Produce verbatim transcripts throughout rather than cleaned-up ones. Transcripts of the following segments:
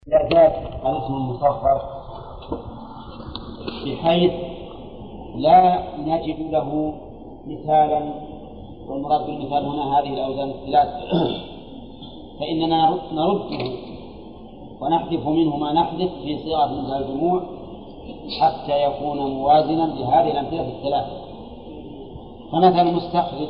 إذا جاء الاسم المصغر بحيث لا نجد له مثالا، والمراد بالمثال هنا هذه الأوزان الثلاث، فإننا نرده ونحذف منه ما نحذف في صيغة منتهى الجموع حتى يكون موازنا لهذه الأمثلة الثلاثة. فمثلا مستخرج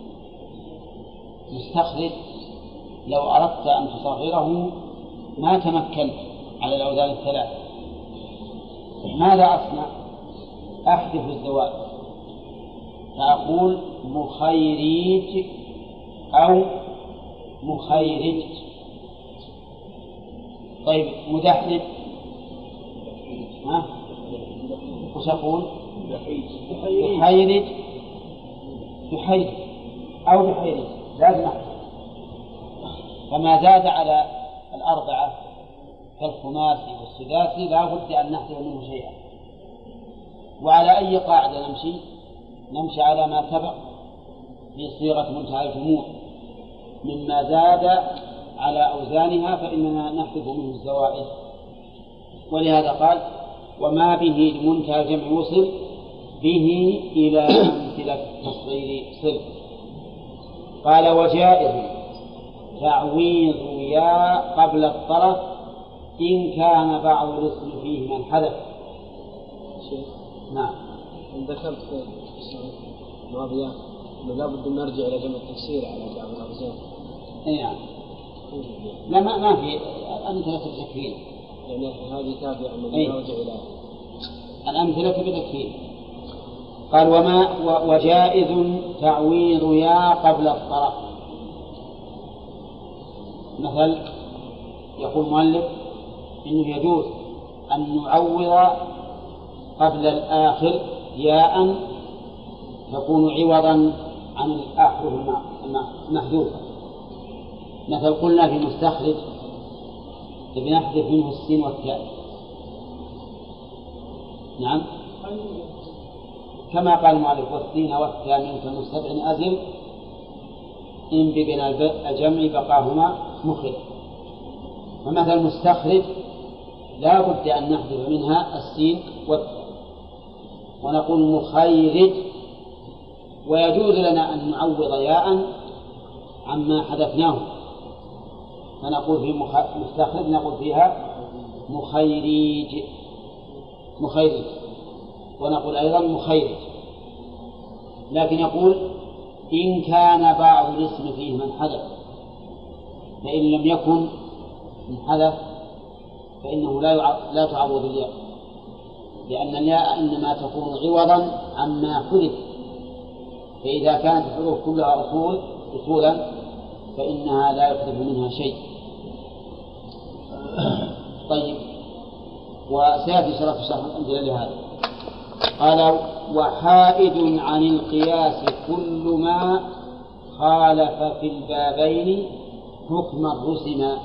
مستخرج لو أردت أن تصغره ما تمكنت على الأوزان الثلاث، ماذا أصنع؟ أحذف الزوائد فأقول مخيريج أو مخيرج. طيب مدحرج ها؟ وش أقول؟ يحيرج يحيرج أو يحيرج، لازم أحذف. فما زاد على الأربعة كالخماسي والسداسي لا بد أن نحذف منه شيئا. وعلى أي قاعدة نمشي؟ نمشي على ما سبق في صيغة منتهى الجموع، مما زاد على أوزانها فإننا نحذف منه الزوائد. ولهذا قال وما به لمنتهى الجمع وصل به إلى أمثلة التصغير صل. قال وجائز تعويض يا قبل الطرف إن كان بعض الاسم فيه من حدث. نعم. ذكرت في الماضية أنه لا بد أن نرجع إلى جمع التفسير على بعض الأوزان. نعم. لا ما ما في الأمثلة بتكفير. يعني هذه تابعة أنه نرجع إلى الأمثلة بتكفير. قال وما وجائز تعويض يا قبل الطرف. مثل يقول المؤلف إنه يجوز أن نعوض قبل الآخر ياء تكون عوضا عن الأحرف المحذوفة. مثل قلنا في مستخرج بنحذف منه السين والتاء. نعم كما قال المؤلف والسين والتاء منك المستدعي أزل إن ببناء الجمع بقاهما مخرج. ومثل مستخرج لا بد أن نحذف منها السين والتاء ونقول مخيرج. ويجوز لنا أن نعوض ياء عما حذفناه فنقول في مستخرج نقول فيها مخيريج مخيرج ونقول أيضا مخيرج. لكن يقول إن كان بعض الاسم فيه من حذف، فإن لم يكن من حذف فإنه لا لا تعوض الياء، لأن الياء إنما تكون عوضا عما حذف. فإذا كانت الحروف كلها أصول أصولا فإنها لا يحذف منها شيء. طيب وسيأتي شرف الشرح الأمثلة لهذا. قال وحائد عن القياس كل ما خالف في البابين حكما رسما.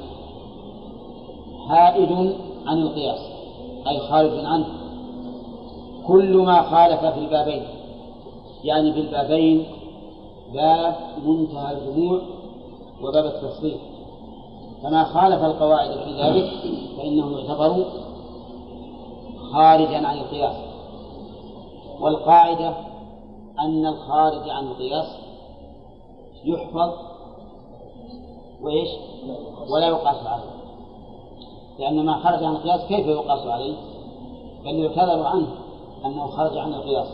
حائد عن القياس أي خارج عنه كل ما خالف في البابين، يعني في البابين باب منتهى الجموع وباب التصريف، فما خالف القواعد في ذلك فإنه يعتبر خارجا عن القياس. والقاعدة أن الخارج عن القياس يحفظ وإيش ولا يقاس عليه، لأن ما خرج عن القياس كيف يقاس عليه؟ بل يعتذر عنه أنه خرج عن القياس.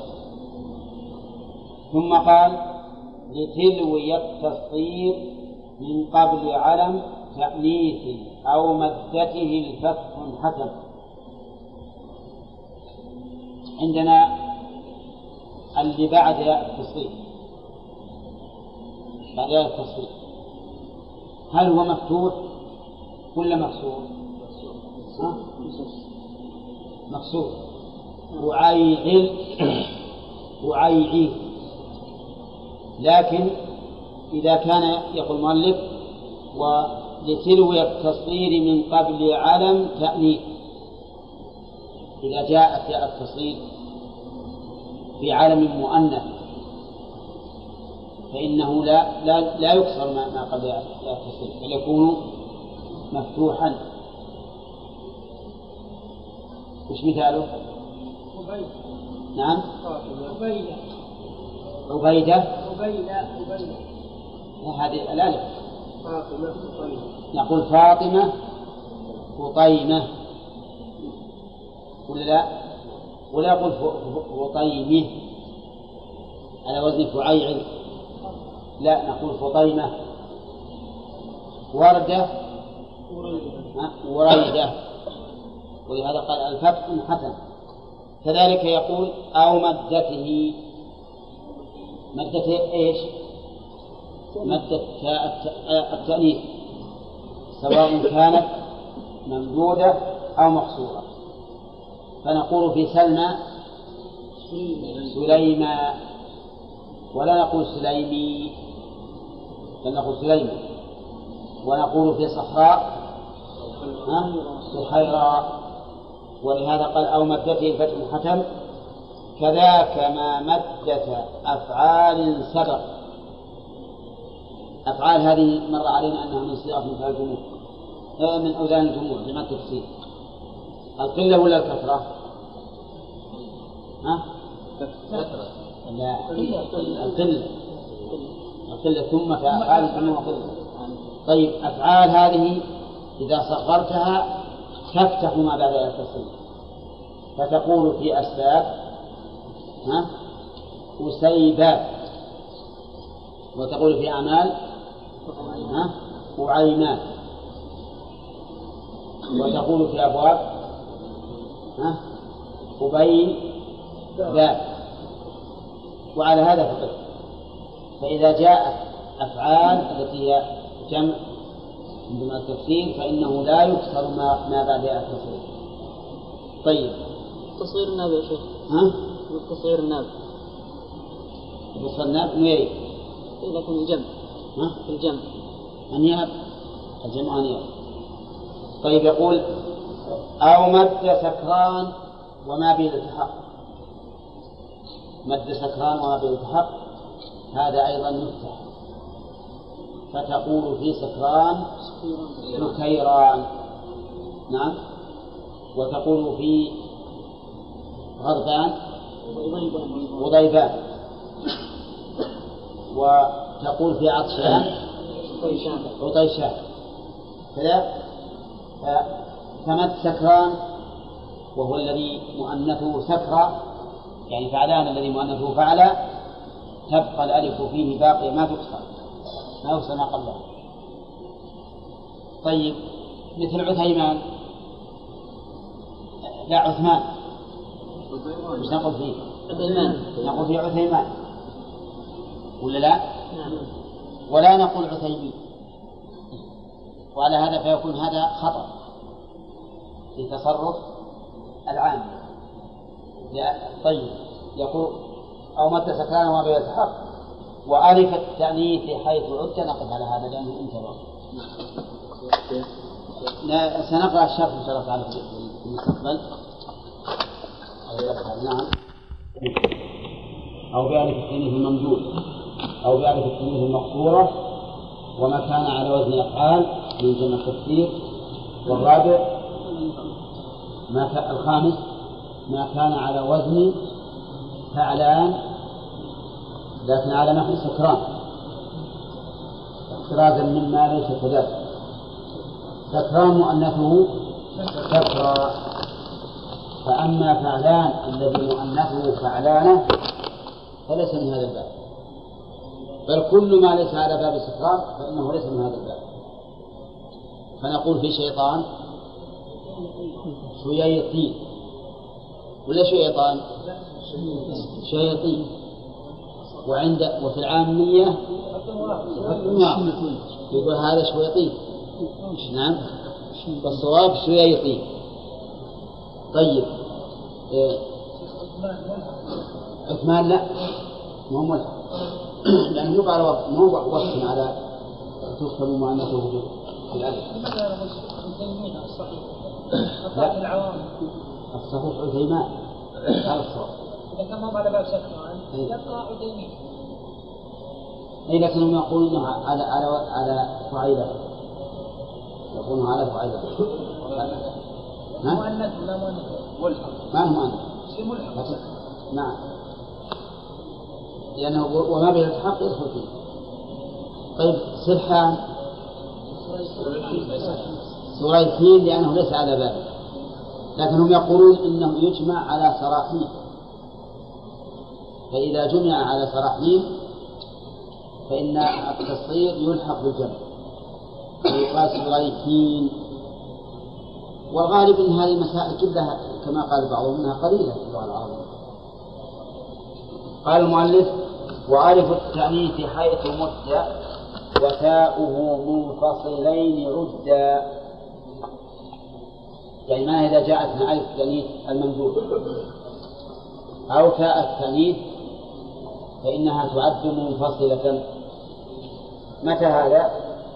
ثم قال لتلوي التصغير من قبل علم تأنيث أو مدته الفتح حكم. عندنا اللي بعد التصغير بعد التصغير هل هو مفتوح ولا مكسور؟ مكسور. وعيعل وعيعي. لكن إذا كان يقول المؤلف ولتلوي التصغير من قبل علم تأنيث، إذا جاءت ياء التصغير في علم مؤنث فإنه لا لا لا يكسر ما قبل ياء التصغير بل يكون مفتوحا. وش مثاله؟ عبيدة. نعم. عبيدة. عبيدة. عبيدة. عبيدة. هذه الألف. فاطمة. فطيمة. نقول فاطمة فطيمة ولا لا؟ ولا أقول فطيمة على وزن فعيل، لا نقول فطيمة. وردة وريدة، ولهذا قال الفتح حسن. كذلك يقول أو مدته. مدته إيش؟ مدة التأنيث سواء كانت ممدودة أو مقصورة. فنقول في سلمى سليمى ولا نقول سليمي، بل نقول سليمى. ونقول في صحراء صحيراء، ولهذا قال أو مدته فتح حتم. كذاك ما مدة أفعال سبق. أفعال هذه مر علينا أنها من صيغة من الجموع، من أوزان الجموع جمع التفسير. القلة ولا الكثرة؟ ها؟ كثرة. لا، القلة. القلة ثم في أفعال الجموع قلة. طيب أفعال هذه إذا صغرتها تفتح ما بعد التصريف، فتقول في أسباب ها أسيبات، وتقول في أعمال ها أعينات، وتقول في أبواب ها أبين ذات. وعلى هذا فقط. فإذا جاءت أفعال التي هي جمع عندما التفسير فإنه لا يكسر ما, ما بعدها التصريف. طيب تصغير الناب يا شيخ. ها؟ تصغير الناب. تصغير الناب ويري. لكن الجمع. ها؟ في الجمع. أنياب. الجمع أنياب. طيب يقول أو مد سكران وما به التحق. مد سكران وما به التحق هذا أيضا مفتح، فتقول في سكران سكيران. نعم. وتقول في غضبان وضيبان، وتقول في عطشان وطيشان كذا. فمد سكران وهو الذي مؤنثه سكرى يعني فعلان، الذي مؤنثه فعل، تبقى الألف فيه باقية ما تكسر، ما يكسر ما قبله. طيب مثل عثيمان، لا عثمان، مش نقول فيه عثيمان، نقول فيه عثيمان ولا لا؟ نعم. ولا نقول عثيمين. وعلى هذا فيكون هذا خطأ في تصرف العام. طيب يقول أو مد سكران وما به التحق وألف التأنيث حيث عدت. نقف على هذا لأنه انتظر. سنقرأ الشرح إن شاء الله تعالى في المستقبل. نعم. أو بألف التأنيث الممدود أو بألف التأنيث المقصورة وما كان على وزن أفعال من جمع التفسير. والرابع ما كان الخامس ما كان على وزن فعلان لكن على نحو سكران احترازا مما ليس كذلك. سكران مؤنثه سكرى، فأما فعلان الذي مؤنثه فعلانه فليس من هذا الباب، بل كل ما ليس على باب سكران فإنه ليس من هذا الباب. فنقول في شيطان شياطين ولا شيطان؟ شياطين. وعند وفي العامية يقول هذا شياطين. نعم. والصواب شياطين. طيب إيه؟ عثمان لا مو ملحق لأنه يبقى على وصف مو وصف على تكتب مؤنثه بالألف. لا الصحيح عثيمان هذا الصواب. إذا كان ما على باب سكران يبقى عثيمين. أي لكنهم يقولون على على على فعيلة، يقولون على فعيلة مؤنث ولا مؤنث؟ ملحق ما هو مؤنث شيء ملحق. نعم لأنه وما بالالتحاق يدخل فيه. طيب سرحان سريحين لأنه ليس على بابه، لكنهم يقولون إنه يجمع على سراحين، فإذا جمع على سراحين فإن التصغير يلحق بالجمع ويقال سريحين. والغالب أن هذه المسائل كلها كما قال بعضهم منها قليلة في اللغة العربية. قال المؤلف وألف التأنيث حيث مد وتاؤه منفصلين عدا. يعني ما إذا جاءت مع ألف التأنيث الممدود أو تاء التأنيث فإنها تعد منفصلة. متى هذا؟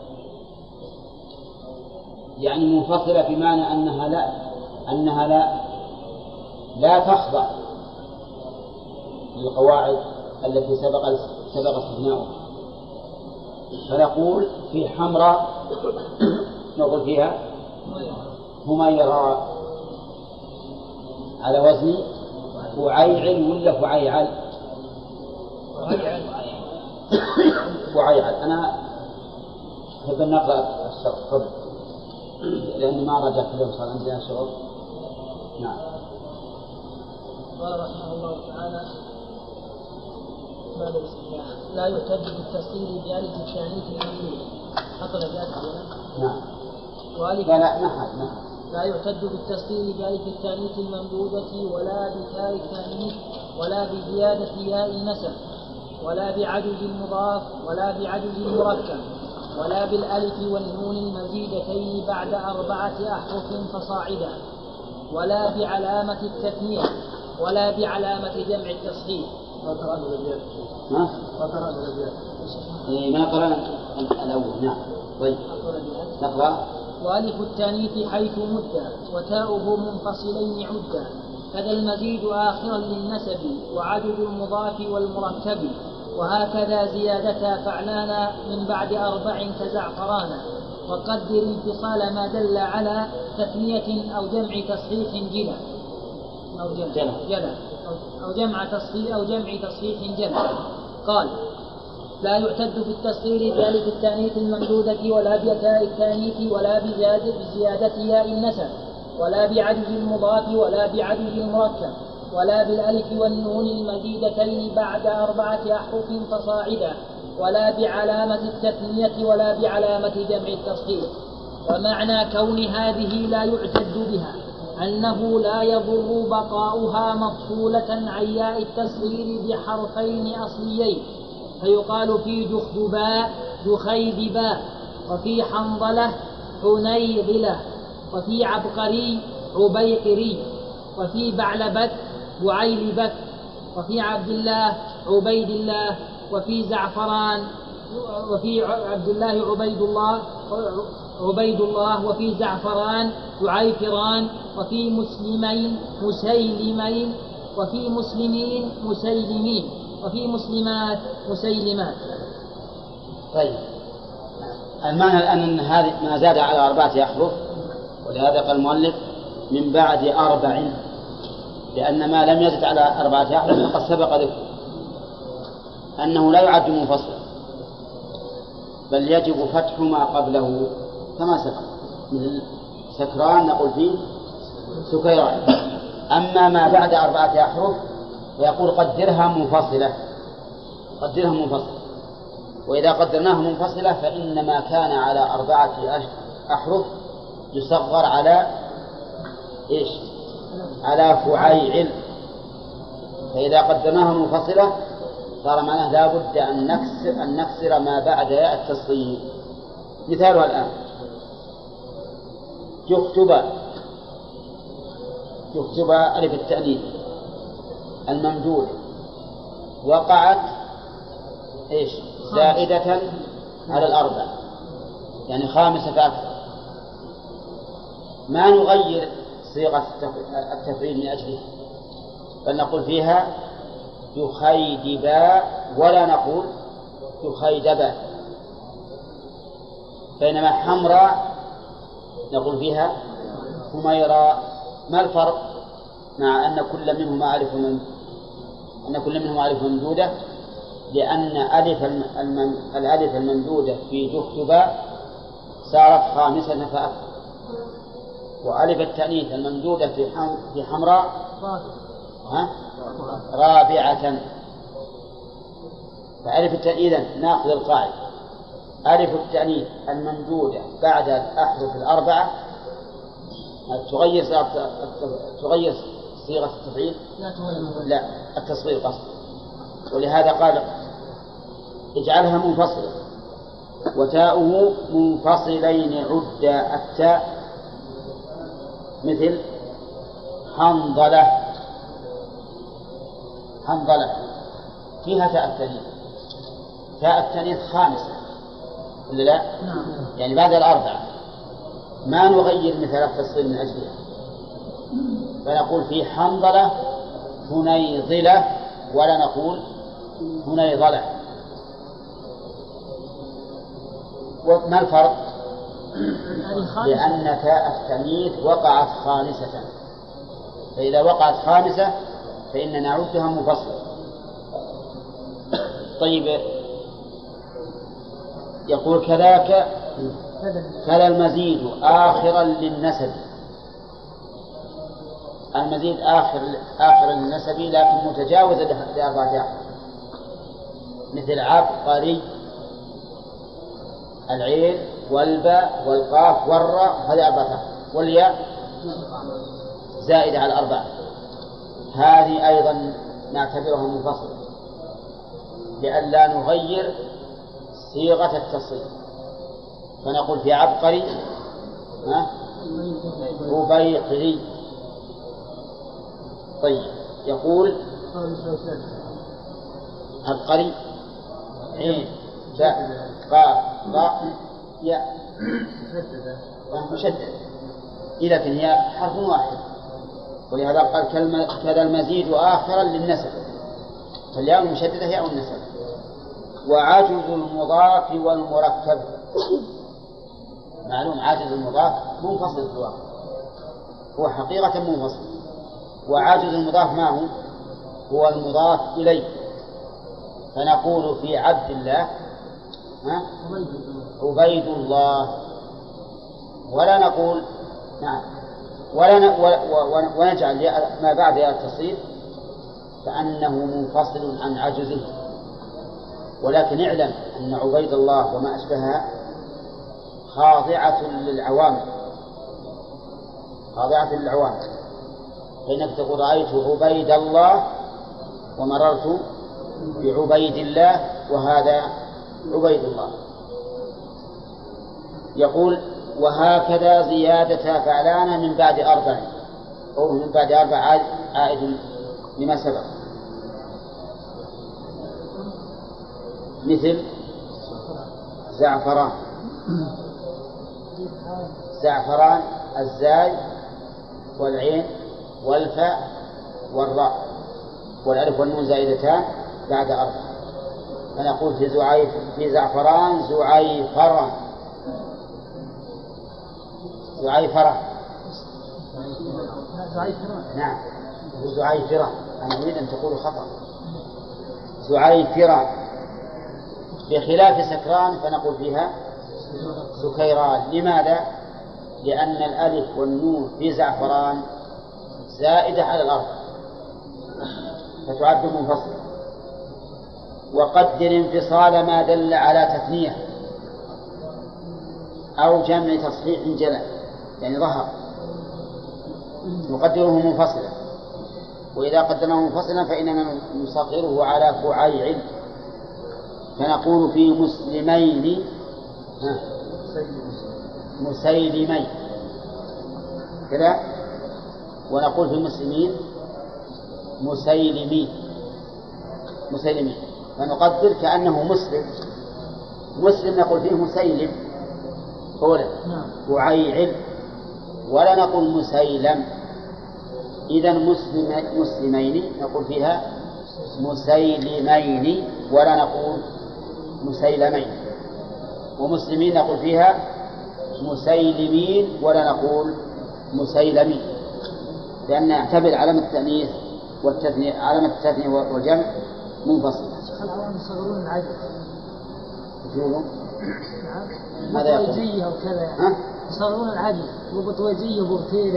يعني منفصلة بمعنى أنها لا أنها لا لا تخضع للقواعد التي سبق سبق استثناؤها. فنقول في حمراء نقول فيها هميراء على وزن فعيعل ولا فعيعل؟ فعيعل. أنا أحب أن نقرأ الشرط قبل لأني ما رجعت اليوم صار عندنا شغل. نعم. قال رحمه الله تعالى لا يعتد بالتصغير بألف التأنيث الممدود. حصل ذلك. نعم. لا لا نحن نحن. لا يعتد بالتصغير بألف التأنيث الممدودة ولا بتاء التأنيث ولا بزيادة ياء النسب ولا بعدد المضاف ولا بعدد المركب ولا بالألف والنون المزيدتين بعد أربعة أحرف فصاعدا ولا بعلامة التثنية ولا بعلامة جمع التصغير. ما قرأنا الأبيات. ها؟ ما قرأنا الأبيات. إيه ما قرأنا الأول. نعم. طيب. نقرأ. وألف التأنيث حيث مد وتاؤه منفصلين عدا كذا المزيد آخرا للنسب وعدد المضاف والمركب وهكذا زيادة فعلانا من بعد أربع كزعفرانا وقدر انفصال ما دل على تثنية أو جمع تصحيح جلا أو جمع جلا أو جمع تصحيح أو جمع تصحيح جلا. قال لا يعتد في التصغير بألف التأنيث الممدودة ولا بتاء التأنيث ولا بزيادة, بزيادة ياء النسب ولا بعدد المضاف ولا بعدد المركب ولا بالألف والنون المزيدتين بعد أربعة أحرف فصاعدا ولا بعلامة التثنية ولا بعلامة جمع التصغير. ومعنى كون هذه لا يعتد بها أنه لا يضر بقاؤها مفصولة عن ياء التصغير بحرفين أصليين فيقال في جخدباء جخيدباء وفي حنظلة حنيظلة وفي عبقري عبيقري وفي بعلبك بعيلبك وفي عبد الله عبيد الله وفي زعفران وفي عبد الله عبيد الله عبيد الله وفي زعفران يعيفران وفي مسلمين مسيلمين وفي مسلمين مسيلمين وفي مسلمات مسيلمات. طيب المعنى الآن أن هذه ما زاد على أربعة أحرف ولهذا قال المؤلف من بعد أربع لأن ما لم يزد على أربعة أحرف فقد سبق ذكر أنه لا يعد منفصلا بل يجب فتح ما قبله كما سبق مثل سكران نقول فيه سكيران. أما ما بعد أربعة أحرف فيقول قدرها منفصلة قدرها منفصلة وإذا قدرناها منفصلة فإن ما كان على أربعة أحرف يصغر على إيش؟ على فعيعل. فإذا قدرناها منفصلة صار معناه لا بد أن نكسر, أن نكسر ما بعد ياء التصغير. مثالها الآن يكتب يكتب ألف التأنيث الممدود وقعت إيش؟ زائدة على الأربع يعني خامسة فأكثر ما نغير صيغة التفعيل من أجله بل نقول فيها يخيدبا ولا نقول يخيدبا. بينما حمراء نقول فيها حميرة. ما الفرق مع أن كل منهما ألف من أن كل منهما ألف ممدودة؟ لأن ألف الم... الألف الممدودة في جهتبا صارت خامسة فأكثر، وألف التأنيث الممدودة في حم... في حمراء ها؟ رابعة. فألف التأنيث نأخذ القاعدة ألف التأنيث الممدودة بعد الأحرف الأربعة تغير تغير صيغة التفعيل؟ لا، التصغير قصد. ولهذا قال اجعلها منفصلة. وتاؤه منفصلين عد التاء مثل حنظلة. حنظلة فيها تاء التأنيث، تاء التأنيث خامسة ولا لا؟ يعني بعد الأربعة ما نغير مثل التصغير من أجلها، فنقول في حنظلة هنيظلة ولا نقول هنيظلة. وما الفرق؟ لأن تاء التأنيث وقعت خامسة، فإذا وقعت خامسة فإننا نعدها منفصلة. طيب، يقول كذاك كذا المزيد آخرا للنسب. المزيد آخر آخر للنسب لكن متجاوزة لأربعة أحرف، مثل عبقري، العين والباء والقاف والراء هذه أربعة أحرف، والياء زائدة على أربعة، هذه أيضا نعتبرها منفصلة لئلا نغير صيغة التصريف، فنقول في عبقري ربيقري. طيب، يقول عبقري عين باء قاف راء ياء مشددة، لكن هي حرف واحد، ولهذا قال كذا المزيد آخرا للنسب، فالياء المشددة هي النسب. وعجز المضاف والمركب، معلوم عجز المضاف منفصل في الواقع، هو حقيقة منفصل. وعجز المضاف ما هو؟ هو المضاف إليه، فنقول في عبد الله عبيد الله، ولا نقول نعم ولا ن... و... و... ونجعل ما بعد التصريف كأنه منفصل عن عجزه. ولكن اعلم أن عبيد الله وما أشبهها خاضعة للعوامل، خاضعة للعوامل، فإنك تقول رأيت عبيد الله ومررت بعبيد الله وهذا عبيد الله. يقول وهكذا زيادة فعلان من بعد أربع، أو من بعد أربع عائد لما سبق، مثل زعفران، زعفران الزاي والعين والفاء والراء والألف والنون زائدتان بعد أربع، فنقول في زعيف في زعفران زعيفرة، زعيفرة نعم زعيفرة، أنا أريد أن تقول خطأ، زعيفرة، بخلاف سكران فنقول فيها سكيران. لماذا؟ لأن الألف والنون في زعفران زائدة على الأرض فتعد منفصلة. وقدر انفصال ما دل على تثنية أو جمع تصحيح جلى، يعني ظهر نقدره منفصلا، وإذا قدرناه منفصلا فإننا نصغره على فعيل، فنقول في مسلمين مسيلمين كذا، ونقول في المسلمين مسيلمين مسيلمين، فنقدر كأنه مسلم. مسلم نقول فيه مسيلم قولا فعيل، ولا نقول مسيلم. إذا مسلم مسلمين نقول فيها مسيلمين ولا نقول مسيلمين، ومسلمين نقول فيها مسيلمين ولا نقول مسيلمي، لأن يعتبر علامة التأنيث والتثنية علامة التثنية والجمع منفصلة. العوام يصغرون العدد. نعم. ماذا يقول؟ بطويجية وكذا يعني. يصغرون العدد وبطويجية وبغتيرة.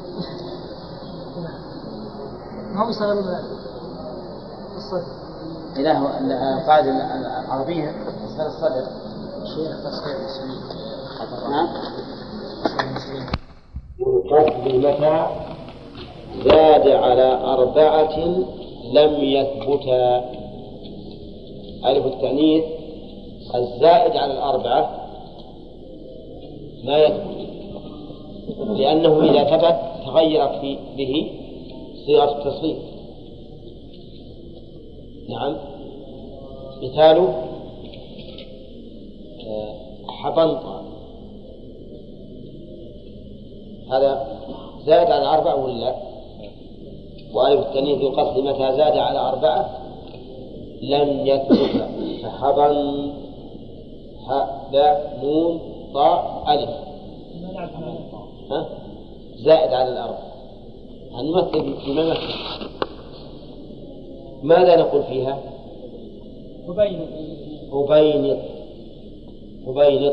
ما هو يصغرون العدد. الصدر. إله القاعدة العربية تصغير الصدر. شيخ تصغير المسلمين. نعم. القصد متى زاد على أربعة لم يثبتا. ألف التأنيث الزائد على الأربعة ما يثبت، لأنه إذا ثبت تغيرت في به صيغة التصغير. نعم. مثاله حبنطة، هذا زاد على أربعة ولا؟ وألف التأنيث القصد متى زاد على أربعة لم يثبت. فحبن حاء نون طاء ألف ها زائد على الأربعة. هنمثل بما مثل. ماذا نقول فيها؟ مبينط مبينط مبينط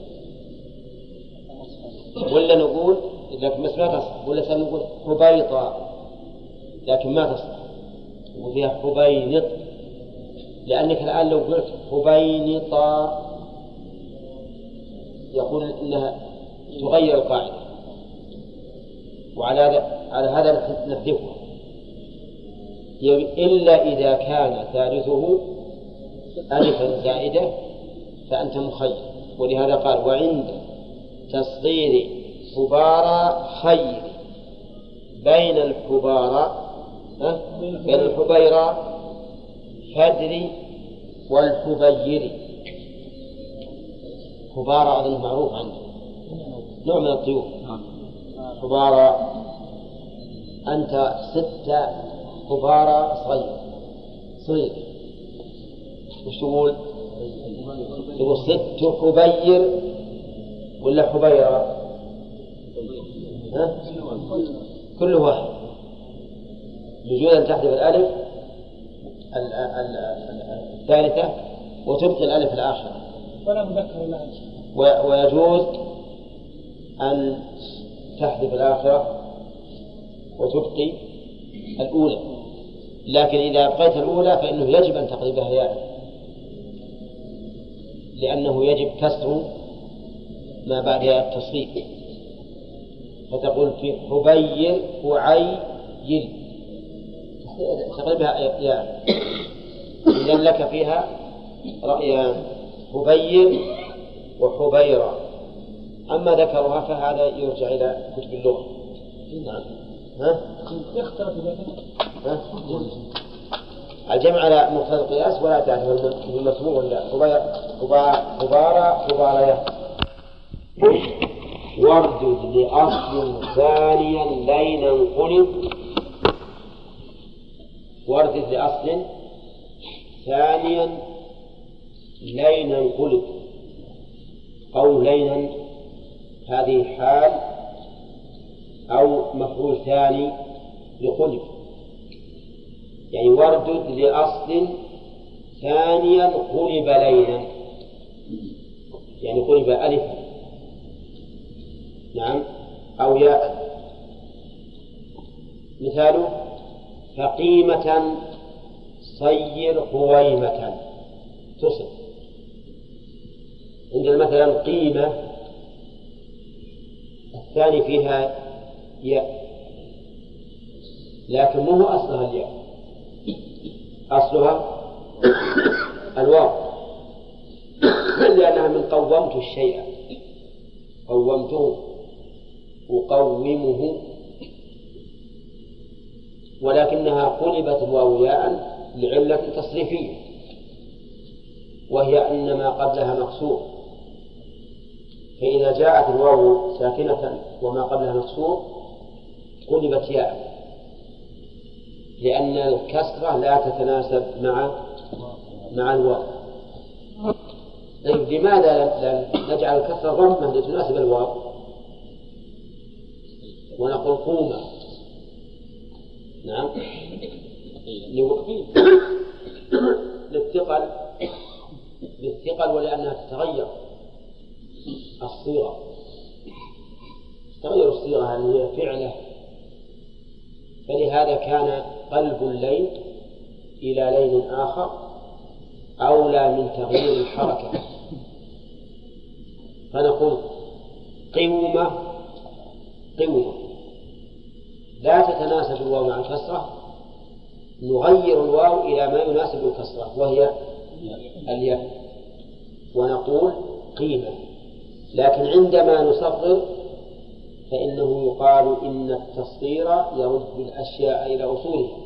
ولا نقول لكن بس ما تصح، ولا سنقول حبيطة لكن ما تصح وفيها حبينط، لأنك الآن لو قلت حبينطة يقول إنها تغير القاعدة، وعلى على هذا نحذفها إلا إذا كان ثالثه ألفا زائدة فأنت مخير. ولهذا قال وعند تصغير حبارى خير بين الحبارى بين الحبيرى فدري والحبيري. حبارى أظن معروف عنه، نوع من الطيور. حبارى أنت ست حبارى صغير صغير وش تقول؟ تقول ست حبير ولا حبيرة؟ ها؟ كل واحد يجوز أن تحذف الألف الثالثة وتبقي الألف الآخرة، ولا مذكر ولا ويجوز أن تحذف الآخرة وتبقي الأولى، لكن إذا أبقيت الأولى فإنه يجب أن تقلبها ياء، لأنه يجب كسر ما بعدها التصغير، فتقول في حبير وعيل تقلبها ياء. إذن لك فيها رأيان حبير وحبيرة، أما ذكرها فهذا يرجع إلى كتب اللغة. نعم. ها؟ ها؟ الجمع على مقتضى القياس ولا تعتبر بالمسموع ولا حبارة حبارية. واردد لأصل ثانيا لين انقلب. واردد لأصل ثانيا لين انقلب أو لينا، هذه حال أو مفعول ثاني لقلب، يعني واردد لأصل ثانيا قلب لينا، يعني قلب ألفا نعم أو ياء. مثاله فقيمة صير قويمة تصل. عندنا مثلا قيمة الثاني فيها ياء لكن مو أصلها الياء، أصلها الواو، لأنها من قومت الشيء، قومته أقومه، ولكنها قلبت الواو ياء لعلة تصريفية، وهي أن ما قبلها مكسور، فإذا جاءت الواو ساكنة وما قبلها مكسور قلبت ياء، لأن الكسرة لا تتناسب مع مع الواو. طيب لماذا لا نجعل الكسرة ضمة لتناسب الواو؟ ونقول قومة. نعم للثقل للثقل ولأنها تتغير الصيغة تغير الصيغة هذه هي فعله، فلهذا كان قلب الليل إلى ليل آخر أولى من تغيير الحركة. فنقول قومة قومة لا تتناسب الواو مع الكسرة، نغير الواو إلى ما يناسب الكسرة وهي الياء ونقول قيمة. لكن عندما نصغر فإنه يقال إن التصغير يرد الأشياء إلى أصولها،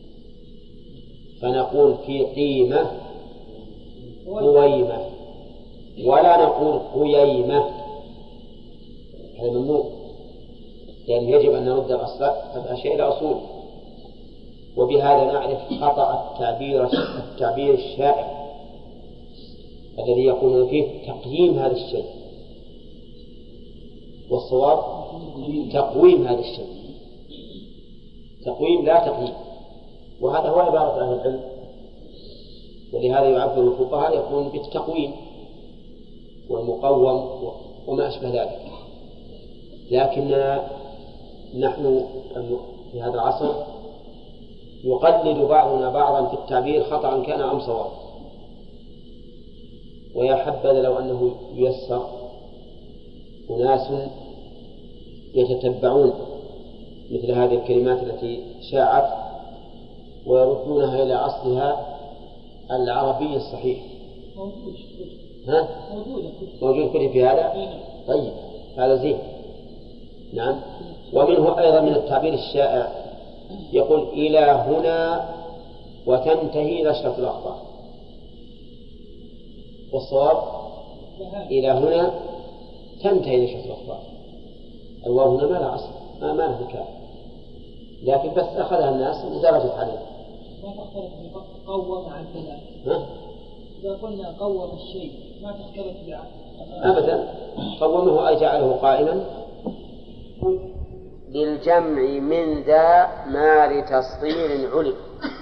فنقول في قيمة قويمة ولا نقول قييمة، هذا ممنوع، لأن يعني يجب أن نرد الأشياء إلى أصولها. وبهذا نعرف خطأ التعبير التعبير الشائع الذي يقولون فيه تقييم هذا الشيء، والصواب تقويم هذا الشيء، تقويم لا تقييم، وهذا هو عبارة أهل العلم. ولهذا يعبر الفقهاء يقولون بالتقويم والمقوم وما أشبه ذلك. لكننا نحن في هذا العصر يقلد بعضنا بعضا في التعبير خطأ كان أم صواب، ويا حبذا لو أنه ييسر أناس يتتبعون مثل هذه الكلمات التي شاعت ويردونها إلى أصلها العربي الصحيح. ها؟ موجود كتب في هذا؟ طيب هذا زين. نعم. ومنه أيضا من التعبير الشائع يقول إلى هنا وتنتهي نشرة الأخبار، والصواب إلى هنا تنتهي نشرة الأخبار. الواو هنا ما لها أصل، ما ما لها مكان، لكن بس أخذها الناس ودرجت عليه. ما تختلف قوم عن كذا. ها؟ إذا قلنا قوم الشيء ما تختلف بعد. أبدا، قومه أي جعله قائما للجمع من ذا ما لتصغير علم.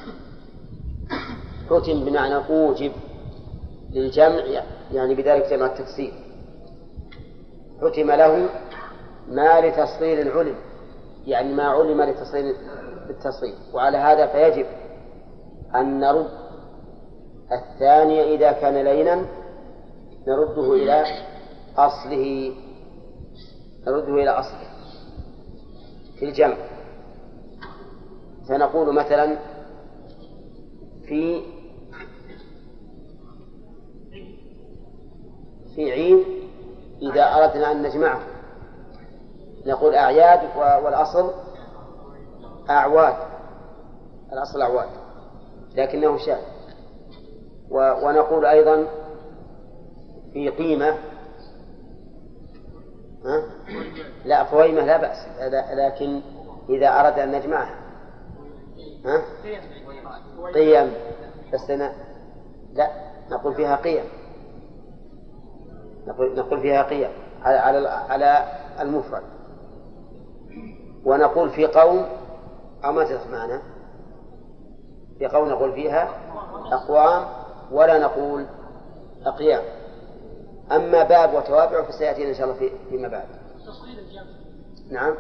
حتم بمعنى أوجب للجمع، يعني بذلك جمع التكسير. حتم له ما لتصغير علم، يعني ما علم لتصغير بالتصغير. وعلى هذا فيجب أن نرد الثاني إذا كان لينا نرده إلى أصله، نرده إلى أصله في الجمع. فنقول مثلا في في عيد إذا أردنا أن نجمعه نقول أعياد، والأصل أعواد، الأصل أعواد لكنه شاذ. ونقول أيضا في قيمة، ها؟ لا قويمة لا بأس، لكن إذا أردنا أن نجمعها ها؟ قيم، بس لا نقول فيها قيم، نقول, نقول فيها قيم على, على, على المفرد. ونقول في قوم أو ما تدخل معنا في قوم نقول فيها أقوام ولا نقول أقيام. أما باب وتوابع فسيأتينا إن شاء الله في فيما بعد. نعم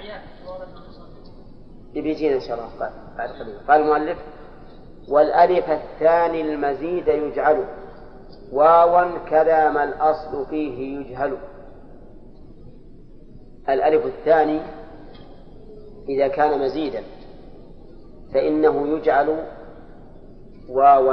بيجينا إن شاء الله بعد قليل. قال المؤلف والألف الثاني المزيد يجعل واوا كذا ما الأصل فيه يجهل. الألف الثاني إذا كان مزيدا فإنه يجعل واوا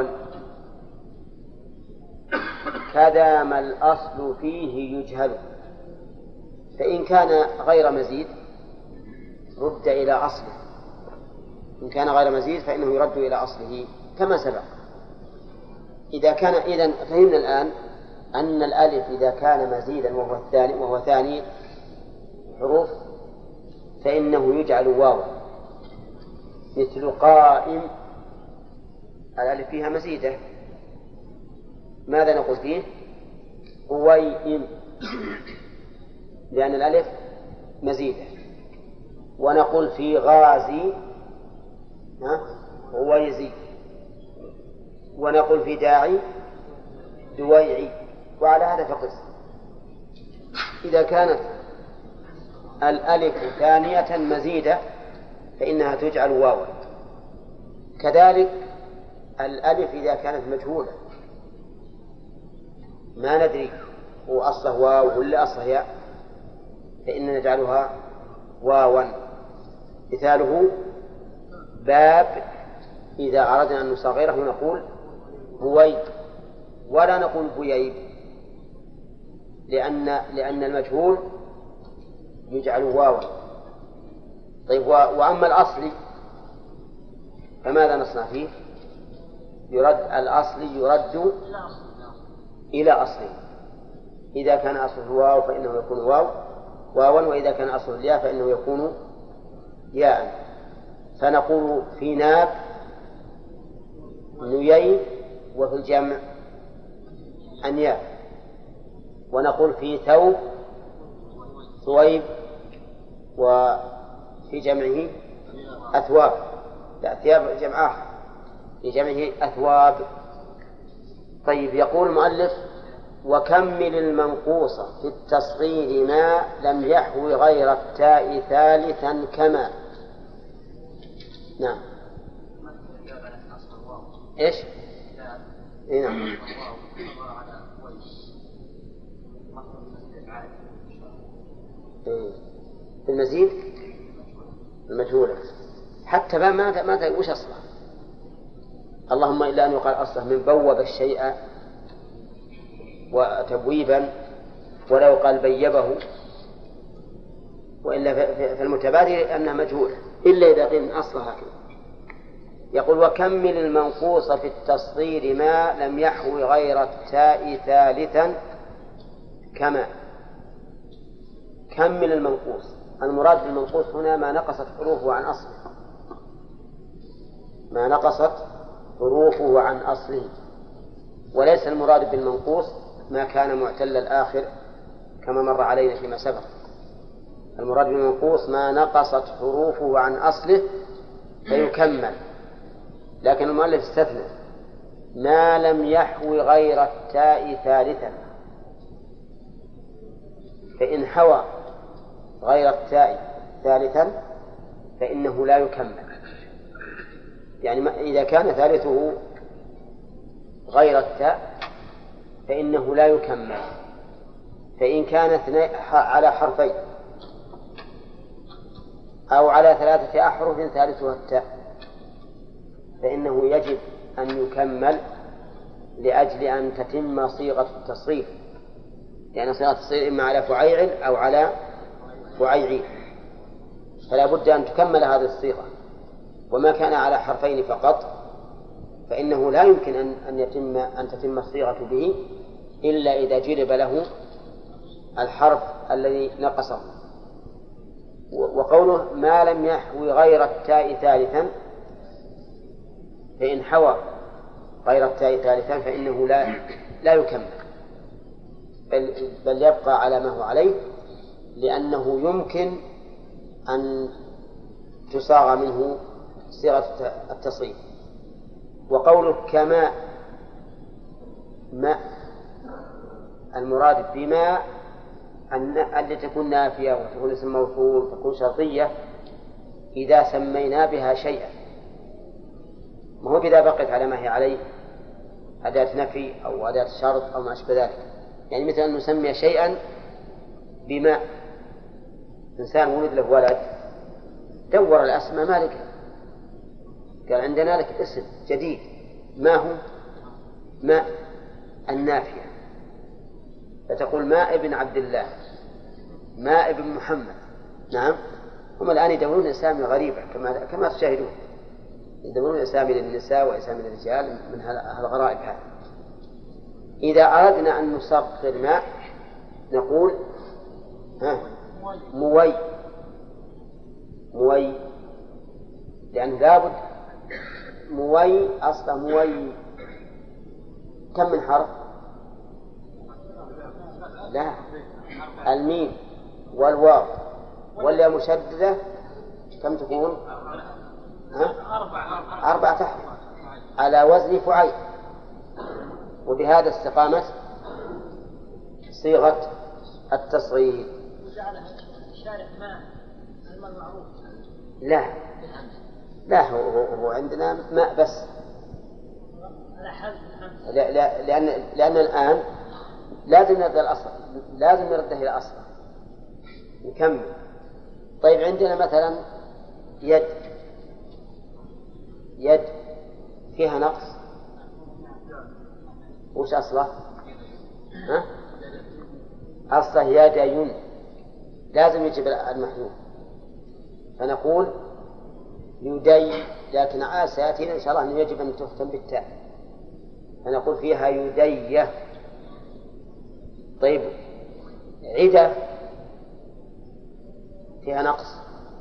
كذا ما الأصل فيه يجهل. فإن كان غير مزيد رد إلى أصله، إن كان غير مزيد فإنه يرد إلى أصله كما سبق. إذا كان إذن فهمنا الآن أن الألف إذا كان مزيدا وهو الثاني وهو ثاني حروف فإنه يجعل واوا، مثل قائم الألف فيها مزيدة، ماذا نقول فيه؟ قويم، لأن الألف مزيدة. ونقول في غازي رويزي، ونقول في داعي دويعي، وعلى هذا فقس. إذا كانت الألف ثانية مزيدة فإنها تجعل واوا. كذلك الألف إذا كانت مجهولة ما ندري هو أصله واو ولا أصله ياء فإننا نجعلها واوا. مثاله باب، إذا أردنا أن نصغره نقول بويب ولا نقول بويب، لأن لأن المجهول يجعل واوا. طيب، وأما الأصلي فماذا نصنع فيه؟ يرد الأصلي يرد إلى أصله. إذا كان أصله واو فإنه يكون واو واوا، وإذا كان أصله الياء فإنه يكون ياء. فنقول في ناب نيي، وفي الجمع أنياب. ونقول في ثوب ثويب، وفي جمعه أثواب. لا، ثياب جمع آخر، في جمعه أثواب. طيب، يقول المؤلف: وكمل المنقوص في التصغير ما لم يحوي غير التاء ثالثا كما. نعم. إيش؟ إيه نعم. في المزيد المجهولة حتى ما ما ما وش أصله، اللهم إلا أن يقال أصله من بوب الشيء وتبويبا، ولو قال بيبه، وإلا في المتبادر أنها مجهولة إلا إذا قيل أصلها هكذا. يقول: وكمل المنقوص في التصغير ما لم يحوي غير التاء ثالثا كما. كمل المنقوص، المراد بالمنقوص هنا ما نقصت حروفه عن أصله، ما نقصت حروفه عن أصله، وليس المراد بالمنقوص ما كان معتل الآخر كما مر علينا فيما سبق. المراد بالمنقوص ما نقصت حروفه عن أصله فيكمل. لكن المؤلف استثنى ما لم يحوي غير التاء ثالثا، فإن حوى غير التاء ثالثا فإنه لا يكمل. يعني إذا كان ثالثه غير التاء فإنه لا يكمل. فإن كان على حرفين أو على ثلاثة أحرف ثالثها التاء فإنه يجب أن يكمل لأجل أن تتم صيغة التصريف، لأن يعني صيغة التصريف إما على فعيعل أو على فعيعي، فلا بد أن تكمل هذه الصيغة. وما كان على حرفين فقط فإنه لا يمكن أن أن يتم أن تتم الصيغة به إلا إذا جلب له الحرف الذي نقصه. وقوله ما لم يحوي غير التاء ثالثا، فإن حوى غير التاء ثالثا فإنه لا لا يكمل، بل, بل يبقى على ما هو عليه، لأنه يمكن أن تصاغ منه صيغة التصريف. وقوله كما ماء، المراد بما التي تكون نافية وتكون اسم موصول وتكون شرطية إذا سمينا بها شيئا، ما هو إذا بقيت على ما هي عليه أداة نفي أو أداة شرط أو ما أشبه ذلك. يعني مثل أن نسمي شيئا بماء. إنسان ولد له ولد دور الأسماء مالك، قال عندنا لك اسم جديد، ما هو؟ ماء النافية، فتقول ماء ابن عبد الله، ماء ابن محمد. نعم، هم الآن يدورون أسامي غريبة كما كما تشاهدون، يدورون أسامي للنساء وأسامي للرجال من هالغرائب هذه. إذا أردنا أن نصغر ماء نقول ها موي موي، لأن لابد موي أصلا موي كم من حرف؟ لا، الميم والواو والياء مشددة كم تكون؟ ها؟ أربعة أحرف على وزن فعيل، وبهذا استقامت صيغة التصغير. لا لا هو, هو عندنا ماء بس، لا لا لأن لأن الآن لازم نرد الأصل، لازم نرده إلى أصله. نكمل. طيب عندنا مثلا يد، يد فيها نقص، وش أصله؟ ها؟ أصله يدين، لازم يجب المحذوف، فنقول يدي، لكن عاد سيأتينا إن شاء الله أنه يجب أن تختم بالتاء، فنقول فيها يدية. طيب عدة فيها نقص،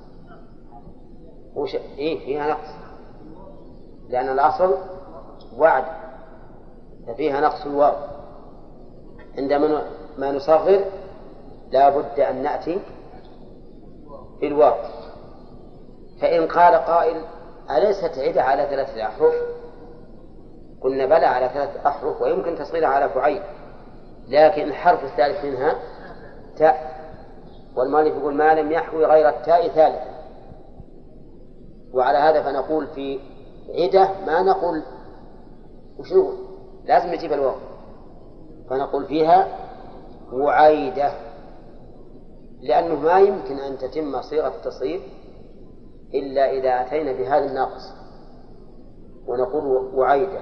وش إيه فيها نقص؟ لأن الأصل وعد، ففيها نقص الواو. عندما ما نصغر لا بد أن نأتي بالواو. فإن قال قائل أليست عدة على ثلاثة أحرف؟ قلنا بلى على ثلاثة أحرف، ويمكن تصغيرها على فعيل، لكن الحرف الثالث منها تاء، والمؤلف يقول ما لم يحوي غير التاء ثالثا. وعلى هذا فنقول في عدة ما نقول وش نقول؟ لازم نجيب الواو، فنقول فيها وعيدة، لأنه ما يمكن أن تتم صيغة التصغير إلا إذا أتينا بهذا الناقص، ونقول وعيدة.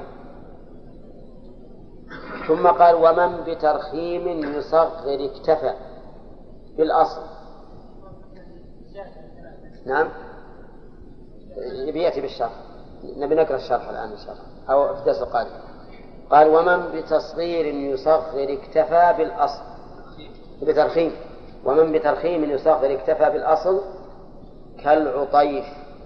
ثم قال ومن بترخيم يصغر اكتفى بالأصل. نعم يأتي بالشرح، نبي نقرأ الشرح الآن إن شاء الله أو في درس القادم. قال ومن بتصغير يصغر اكتفى بالأصل، بترخيم، ومن بترخيم يصغر اكتفى بالأصل كالعطيف،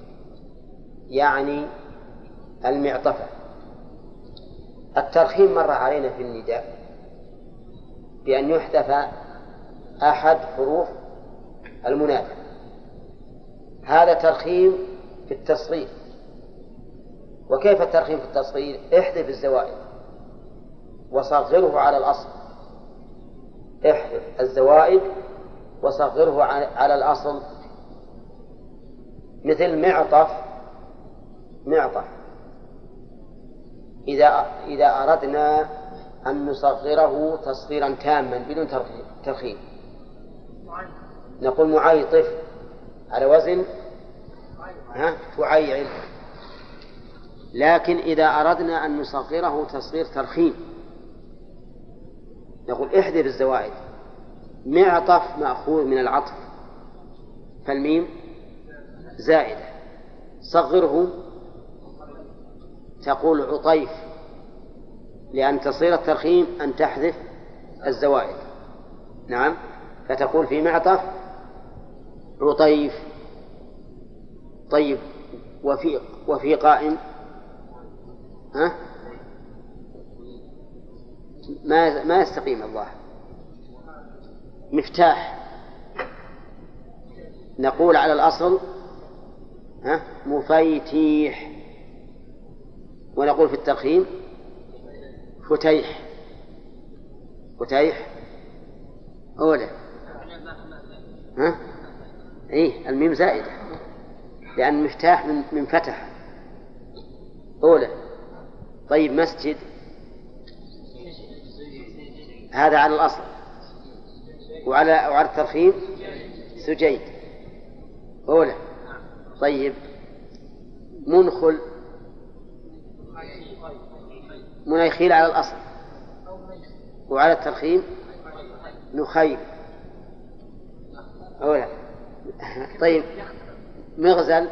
يعني المعطفة. الترخيم مر علينا في النداء بأن يحذف أحد حروف المنادى، هذا ترخيم في التصغير. وكيف الترخيم في التصغير؟ احذف الزوائد وصغره على الأصل، احذف الزوائد وصغره على الأصل. مثل معطف، معطف إذا إذا أردنا أن نصغره تصغيرا تاما بدون ترخيم نقول معيطف على وزن ها فعيل. لكن إذا أردنا أن نصغره تصغير ترخيم نقول احذف الزوائد. معطف مأخوذ من العطف، فالميم زائدة، صغره تقول عطيف، لأن تصير الترخيم أن تحذف الزوائد. نعم، فتقول في معطف عطيف. طيب وفي وفي قائم ها ما ما يستقيم الظاهر. مفتاح نقول على الأصل ها مفيتيح، ونقول في الترخيم فتيح. فتيح أولى ها إيه الميم زائدة، لأن مفتاح من, من فتح أولى. طيب مسجد هذا على الأصل، وعلى وعلى الترخيم سجيد أولى. طيب منخل منيخيل على الأصل، وعلى الترخيم نخيل أولى. طيب مغزل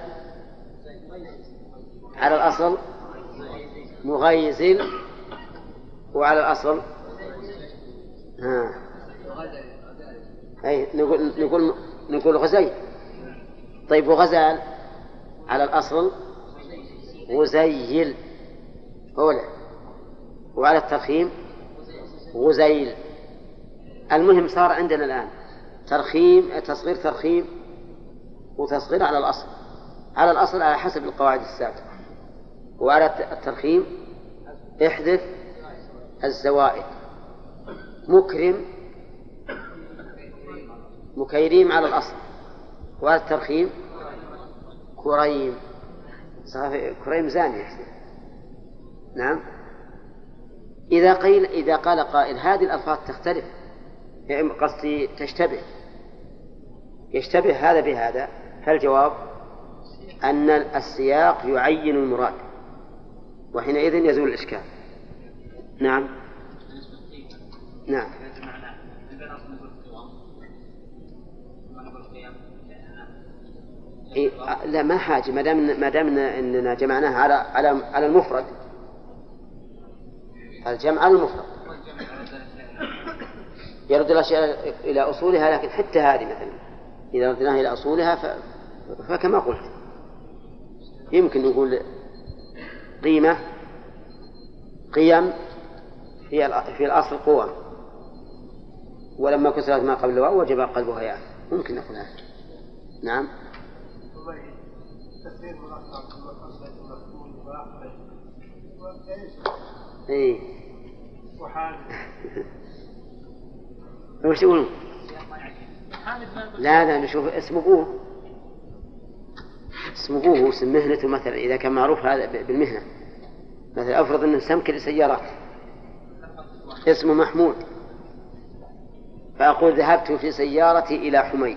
على الأصل مغيزل، وعلى الأصل ها أي نقول نقول نقول غزيل. طيب وغزال على الأصل غزيل أولى، وعلى الترخيم غزيل. المهم صار عندنا الآن ترخيم تصغير ترخيم وتصغير على الأصل. على الأصل على حسب القواعد السابقة. وعلى الترخيم احذف الزوائد. مكرم مكيريم على الأصل. وعلى الترخيم كريم صحيح كريم زاني. نعم. إذا قيل إذا قال قائل هذه الألفاظ تختلف يعني قصدي تشتبه يشتبه هذا بهذا، فالجواب أن السياق يعين المراد وحينئذ يزول الإشكال. نعم نعم. إيه لا ما حاجة ما دام ما دام إننا جمعناها على على على المفرد. الجمع على المفرد يرد الأشياء إلى أصولها، لكن حتى هذه مثلا إذا ردناها إلى أصولها ف... فكما قلت يمكن نقول قيمة قيم في في الأصل قوة، ولما كسرت ما قبلها وجب قلبها يعني ممكن نقول هذا. نعم. إيه. وش يقولون؟ لا لا نشوف اسم أبوه اسم أبوه واسم مهنته مثلا إذا كان معروف هذا بالمهنة. مثلا أفرض أنه سمكر سيارات اسمه محمود، فأقول ذهبت في سيارتي إلى حميد،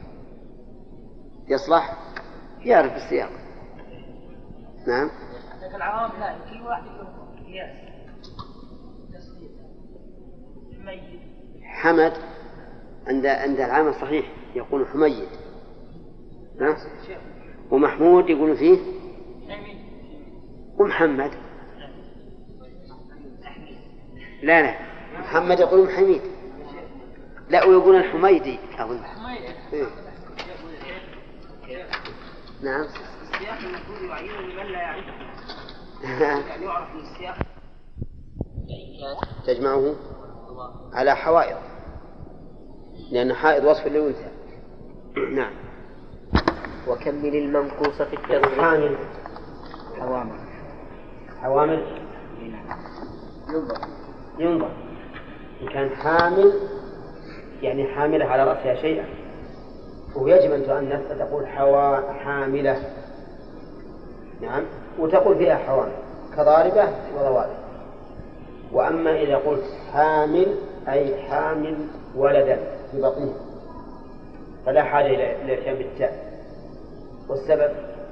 يصلح يعرف السياق. نعم. لكن العرب لا كل واحد له قياس. حمد عند عند العام الصحيح يقول حميد. نعم. ومحمود يقول فيه ومحمد. لا لا محمد يقول محميد. لا ويقول الحميدي أظن. إيه. نعم. السياق المفروض يعين لمن لا يعرفه. يعني يعرف من السياق. تجمعه على حوائض لأن حائض وصف للأنثى. نعم. وكمل المنقوص في الترغيب. حامل حوامل حوامل ينظر ينظر إن كان حامل يعني حاملة على رأسها شيئا ويجب أن تؤنث فتقول حوا حاملة. نعم. وتقول فيها حوامل كضاربة وضوارب. وأما إذا قلت حامل أي حامل ولدا في بطنه فلا حاجة إلى الإتيان بالتاء. والسبب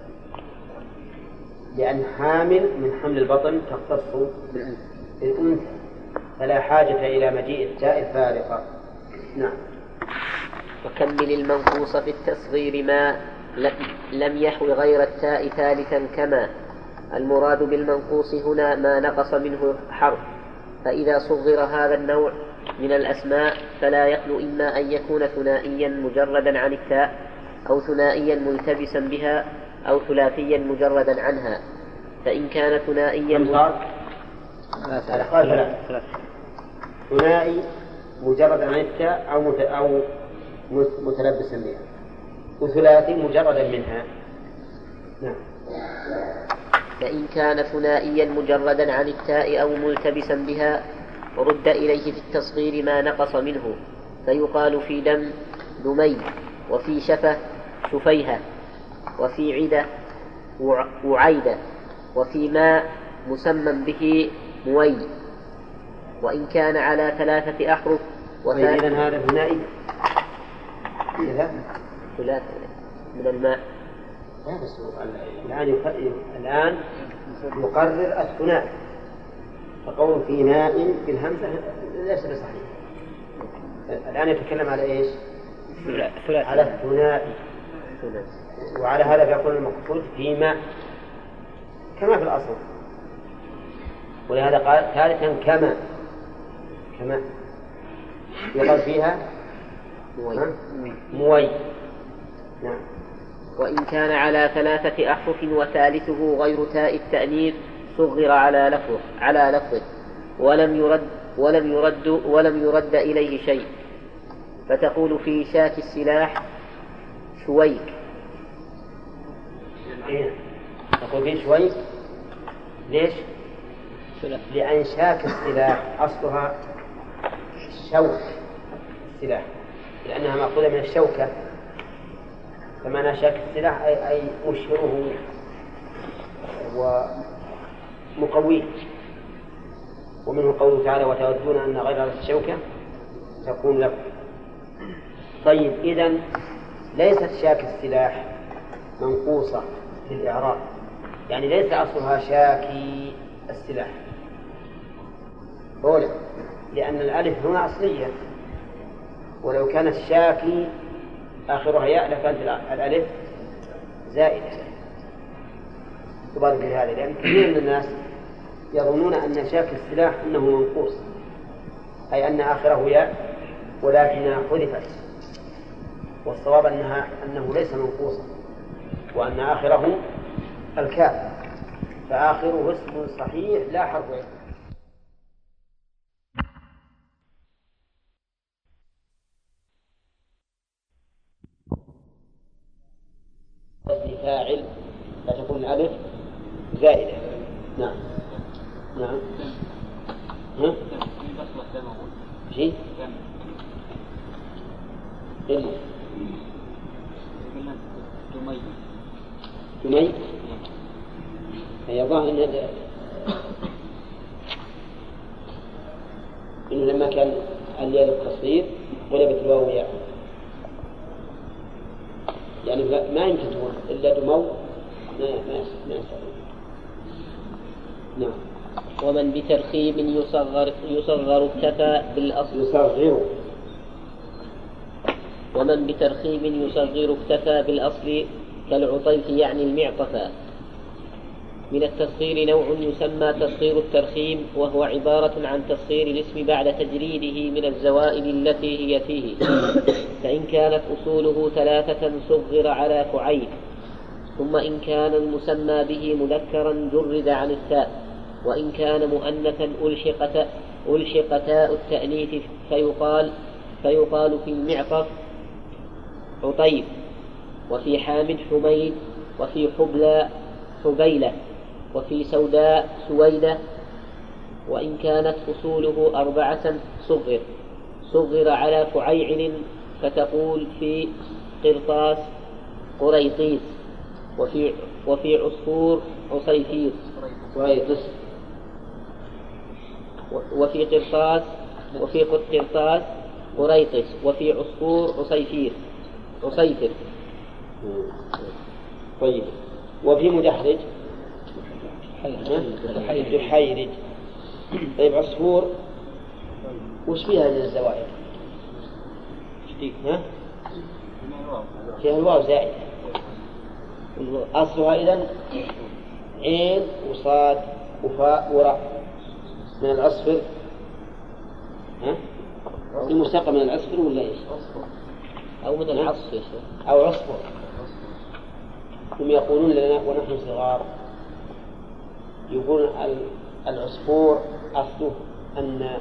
لأن حامل من حمل البطن تختص بالأنثى فلا حاجة إلى مجيء التاء الفارقة. نعم. وكمل المنقوص في التصغير ما لم يحو غير التاء ثالثا كما. المراد بالمنقوص هنا ما نقص منه حرف، فإذا صغر هذا النوع من الأسماء فلا يخلو إما أن يكون ثنائيا مجردا عن التاء أو ثنائيا ملتبسا بها أو ثلاثيا مجردا عنها. فإن كان ثنائيا ثنائي مجردا عن التاء أو أو متلبسا بها وثلاثي مجردا منها. نعم. فإن كان ثنائيا مجردا عن التاء أو ملتبسا بها رد إليه في التصغير ما نقص منه، فيقال في دم دمي، وفي شفة شفيهة، وفي عدة وعيدة، وفي ماء مسمى به موي. وإن كان على ثلاثة أحرف وإذن هذا ثنائي ثلاثة من الماء. لا بس الآن يقرر الآن يقرر الثنائي فقول في ماء بالهمزة ليس بصحيح. الآن يتكلم على إيش؟ على الثنائي. وعلى هذا فيكون المقصود في ماء كما في الأصل. ولهذا قال ثالثا كما كما يقال فيها موي. موي. نعم. وإن كان على ثلاثة أحرف وثالثه غير تاء التأنيث صغر على لفظه على لفظه ولم يرد ولم يرد ولم يرد إليه شيء، فتقول في شاة السلاح شويك إيه. نقول فيه شوي. ليش؟ لأن شاك السلاح أصلها شوك السلاح، لأنها مأخوذة من الشوكة، فمعنى شاك السلاح أي, أي مشهره ومقويه. ومنه قوله تعالى وتودون أن غير الشوكة تكون لكم. طيب إذن ليست شاك السلاح منقوصة في الإعراب، يعني ليس أصلها شاكي السلاح أولا، لأن الألف هنا أصلية، ولو كانت شاكي آخرها ياء لكانت الألف زائدة. تبارك لهذا، لأن كثير من الناس يظنون أن شاك السلاح أنه منقوص، أي أن آخره ياء ولكنها حذفت، والصواب أنها أنه ليس منقوصا، وأن آخره الكاف، فآخره اسم صحيح لا حرف عطف. فاعل لا تكون الألف زائدة. نعم نعم. ها؟ شيء؟ إلا تمي تمي هي ظاهر إن إنه لما كان الياء للتصغير غلبت الواو ياء، يعني ما يمكن تكون إلا دمو ما ما ما نعم. ومن بترخيم يصغر يصغر اكتفى بالأصل يصغر ومن بترخيم يصغر اكتفى بالأصل كالعطيف يعني المعطفة. من التصغير نوع يسمى تصغير الترخيم، وهو عبارة عن تصغير الاسم بعد تجريده من الزوائد التي هي فيه، فإن كانت أصوله ثلاثة صغر على فعيل، ثم إن كان المسمى به مذكرا جرد عن التاء، وإن كان مؤنثا ألحق ألحق تاء التأنيث فيقال فيقال في المعطف عطيب، وفي حامد حميد، وفي حبلى حبيلة، وفي سوداء سويدة. وإن كانت أصوله أربعة صغر صغر على فعيعل، فتقول في قرطاس قريطيس، وفي وفي عصفور عصيفير وفي قرطاس وفي قرطاس قريطس، وفي عصفور عصيفير عصيفر. طيب وفي مدحرج حيرج. طيب عصفور وش فيها من الزوائد؟ ها؟ فيها الواو زائد، أصلها إذن عين وصاد وفاء وراء من العصفر. ها؟ المشتقة من العصفر ولا إيش؟ أو من العصفر أو عصفر. هم يقولون لنا ونحن صغار، يقولون العصفور أصله أن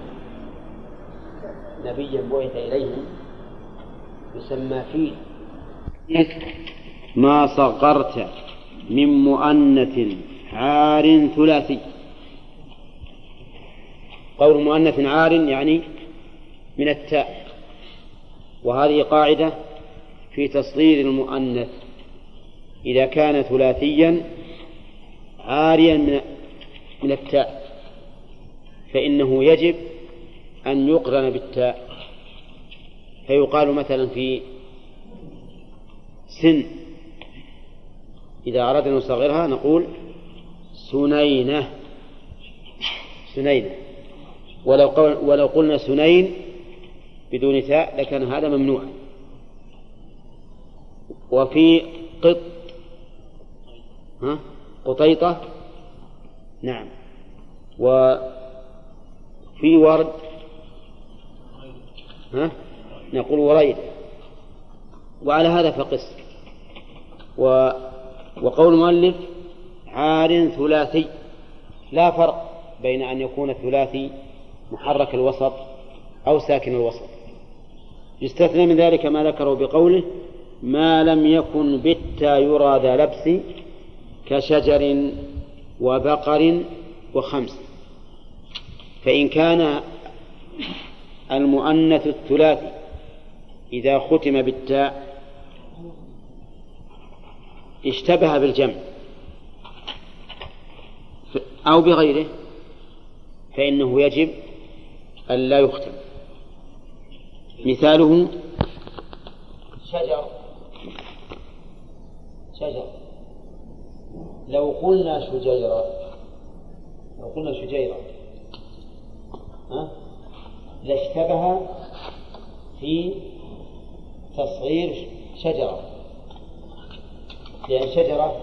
نبيا بعث إليهم يسمى فيل. ما صغرت من مؤنث عار ثلاثي. قول مؤنث عار يعني من التاء، وهذه قاعدة في تصغير المؤنث إذا كان ثلاثيا عاريا من من التاء فإنه يجب أن يقرن بالتاء، فيقال مثلا في سن إذا أردنا أن نصغرها نقول سنينة سنينة، ولو, ولو قلنا سنين بدون تاء لكان هذا ممنوعا. وفي قط ها قطيطة نعم، وفي ورد ها نقول وريد، وعلى هذا فقس. و وقول المؤلف عار ثلاثي، لا فرق بين أن يكون الثلاثي محرك الوسط أو ساكن الوسط. يستثنى من ذلك ما ذكره بقوله ما لم يكن بالتا يرى ذا لبس كشجر وبقر وخمس. فإن كان المؤنث الثلاثي إذا ختم بالتاء اشتبه بالجمع أو بغيره فإنه يجب أن لا يختم. مثاله شجر شجر لو قلنا شجيرة لو قلنا شجيرة ها لاشتبه في تصغير شجرة، لأن شجرة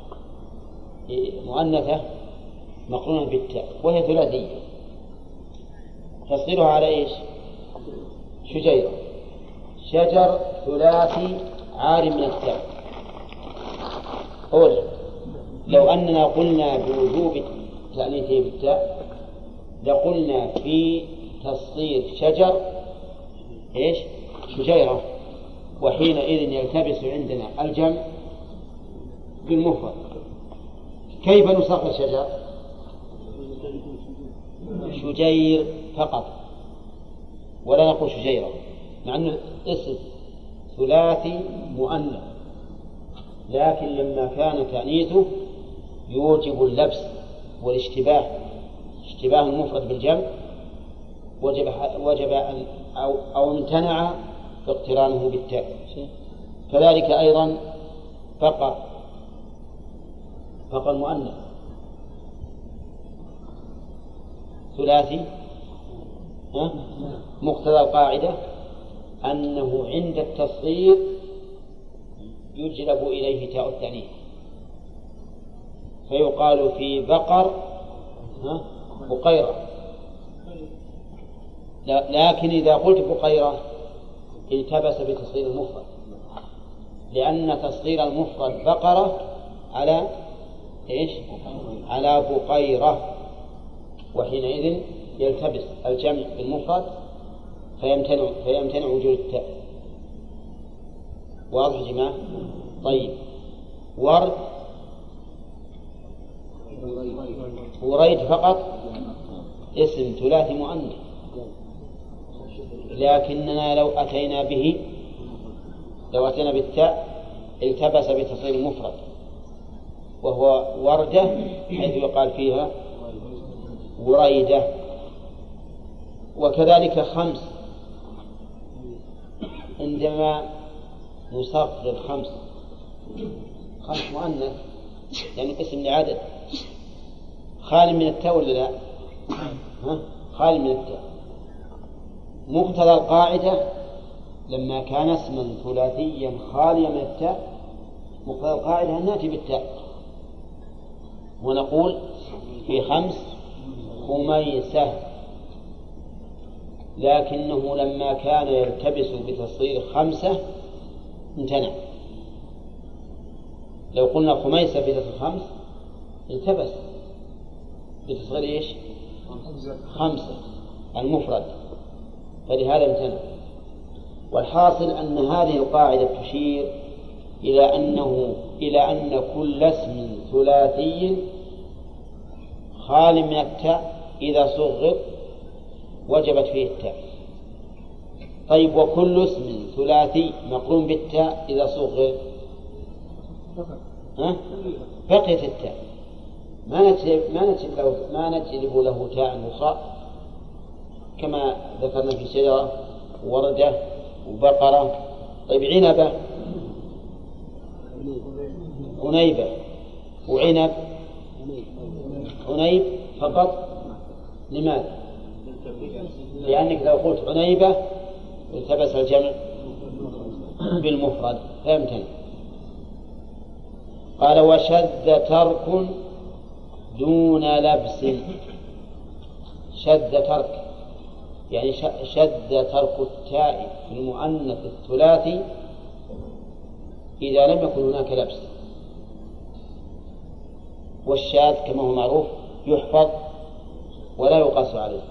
مؤنثة مقرونة بالتاء وهي ثلاثية، تصغيرها على إيش؟ شجيرة، شجر ثلاثي عار من التاء. أولا لو أننا قلنا بوجوب تأنيثه بالتاء لقلنا في تصغير شجر إيش؟ شجيرة، وحينئذ يلتبس عندنا الجمع بالمفرد. كيف نصغر شجر؟ شجير فقط ولا نقول شجيرة، مع أنه اسم ثلاثي مؤنث، لكن لما كان تأنيثه يوجب اللبس والاشتباه، اشتباه المفرد بالجمع، وجب وجب أن أو أو امتنع اقترانه بالتاء. كذلك أيضا بقر بقر مؤنث ثلاثي، مقتضى القاعدة أنه عند التصغير يجلب إليه تاء التأنيث، فيقال في بقر بقيرة. لكن إذا قلت بقيرة التبس بتصغير المفرد، لأن تصغير المفرد بقرة على إيش؟ على بقيرة، وحينئذ يلتبس الجمع بالمفرد فيمتنع فيمتنع وجود التاء. واضح يا جماعة؟ طيب، ورد وريد فقط اسم ثلاثي مؤنث، لكننا لو أتينا به لو أتينا بالتاء التبس بتصغير المفرد، وهو وردة حيث يقال فيها وريدة. وكذلك خمس، عندما نصغر خمس خمس مؤنث يعني اسم لعدد خال من التاء ولا لا؟ ها؟ خال من التاء. مقتضى القاعدة لما كان اسما ثلاثيا خاليا من التاء مقتضى القاعدة أن نأتي بالتاء ونقول في خمس خميسة، لكنه لما كان يلتبس بتصغير خمسة امتنع. لو قلنا خميسة في تصغير خمس التبس بتصغير ايش؟ خمسة المفرد، فلهذا امتنع. والحاصل أن هذه القاعدة تشير إلى أنه إلى أن كل اسم ثلاثي خال من التاء إذا صغر وجبت فيه التاء. طيب، وكل اسم ثلاثي مقرون بالتاء إذا صغر ها؟ بقيت التاء، ما نجلب ما نجلب له ما نجلب له تاء أخرى، كما ذكرنا في شجرة وردة وبقرة. طيب، عنبة عنيبة وعنب عنيب فقط. لماذا؟ لأنك لو قلت عنيبة التبس الجمع بالمفرد فيمتنع. قال وشذ ترك دون لبس. شذ ترك يعني شذ ترك التاء في المؤنث الثلاثي إذا لم يكن هناك لبس. والشاذ كما هو معروف يحفظ ولا يقاس عليه.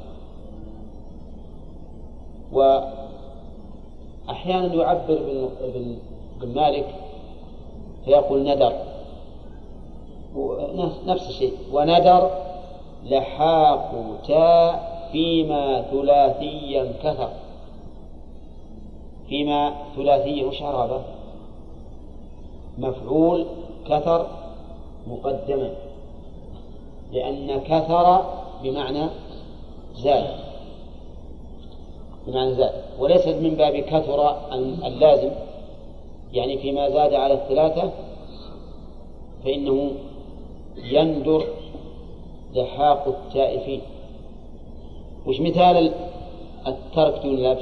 وأحيانا يعبر ابن مالك فيقول ندر نفس الشيء. وندر لحاق تاء فيما ثلاثيا كثر. فيما ثلاثيا وش عرابة؟ مفعول كثر مقدما، لأن كثر بمعنى زاد، بمعنى زاد، وليست من باب كثر اللازم، يعني فيما زاد على الثلاثة فإنه يندر لحاق التاء فيه. وش مثال الترك دون لبس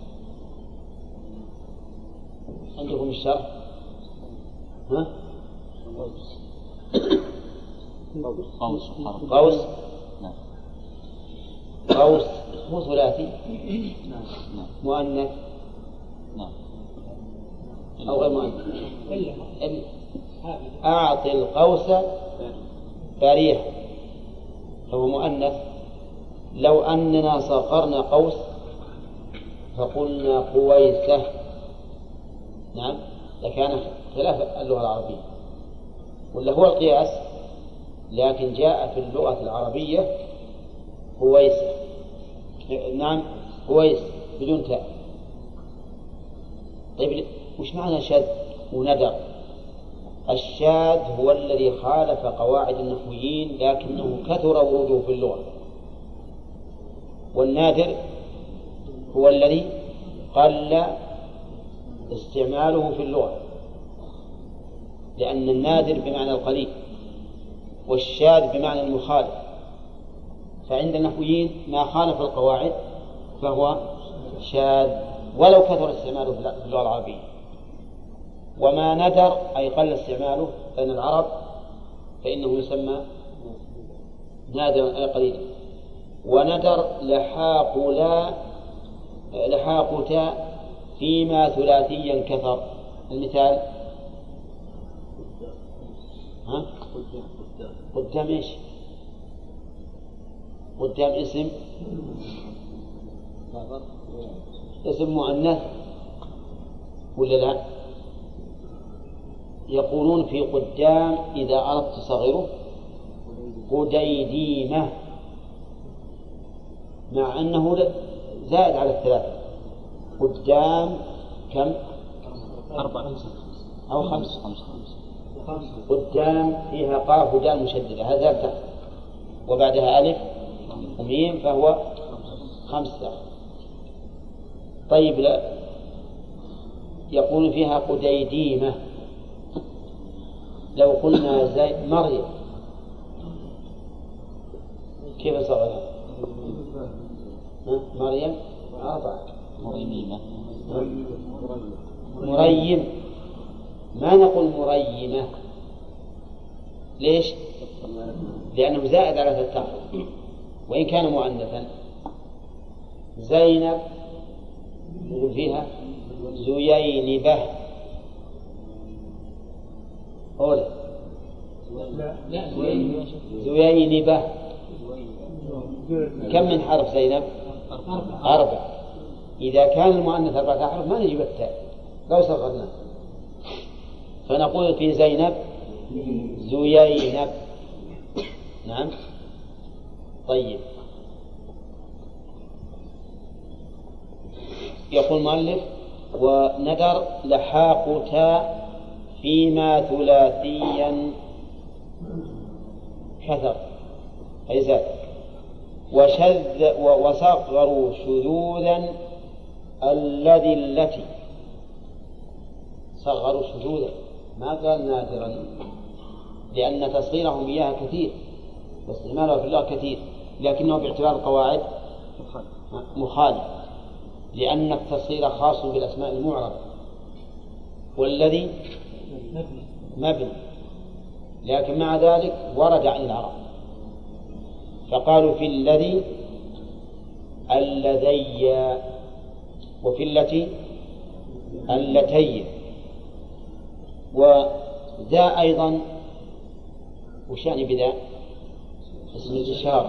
عندكم الشرح؟ ها؟ قوس قوس قوس هو ثلاثي مؤنث أو غير مؤنث. أعطي القوس بريح فهو مؤنث. لو أننا صغرنا قوس فقلنا قويسة، نعم، لكان خلاف اللغة العربية، ولا هو القياس، لكن جاء في اللغة العربية قويسة، نعم قويس بدون تاء. طيب وش معنى شاذ وندر؟ الشاذ هو الذي خالف قواعد النحويين لكنه كثر وروده في اللغة، والنادر هو الذي قل استعماله في اللغة، لأن النادر بمعنى القليل والشاذ بمعنى المخالف. فعند النحويين ما خالف القواعد فهو شاذ ولو كثر استعماله في اللغة العربية. وما ندر أي قل استعماله بين العرب فإنه يسمى نادرا أي قليلا. وندر لحاق لا لحاق تاء فيما ثلاثيا كثر. المثال ها؟ قدام إيش؟ قدام اسم اسم مؤنث ولا لا؟ يقولون في قدام إذا أردت تصغره قديديمة، مع أنه زائد على الثلاثة. قدام كم؟ أربعة أو خمس. قدام فيها قاف ودال مشددة، هذا تحت وبعدها ألف وميم فهو خمسة. طيب لا يقول فيها قديديمة. لو قلنا زي مريم كيف صغرها؟ مريم أربعة. مريمة مريم، ما نقول مريمة. ليش؟ لأنه زائد على ثلاثة وإن كان مؤنثا. زينب نقول فيها زيينبة. أولا زيينبة. كم من حرف زينب؟ أربع. إذا كان المؤنث أربعة أحرف ما نجيب التاء لو صغرنا، فنقول في زينب زيينب. نعم. طيب يقول المؤلف وندر لحاق تاء فيما ثلاثيا كثر أي زاد. وشذ وصغروا شذوذا الذي التي. صغروا شذوذا ما قال نادرا، لأن تصغيرهم إياها كثير واستعمالها في اللغة كثير، لكنه باعتبار القواعد مخالف، لأن التصغير خاص بالأسماء المعربة والذي مبني، لكن مع ذلك ورد عن العرب فقالوا في الذي اللذي، وفي التي اللتي. وذا أيضا وشأن بذا اسم الإشارة،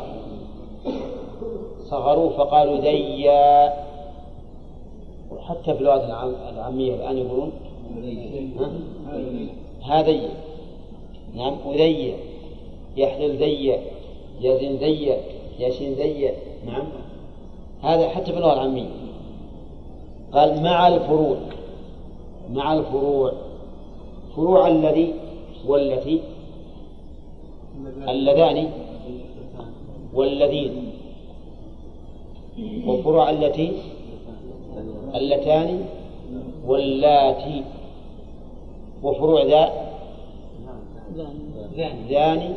صغروا فقالوا ذيا. وحتى في اللغة العامية الآن يقولون هذي، نعم أذي. يحلل ذي، يزن ذي، يشن ذي. نعم، هذا حتى في اللغة العامية. قال مع الفروع، مع الفروع، فروع الذي والتي، اللذان والذين، وفروع التي اللتان واللاتي، وفروع ذا ذاني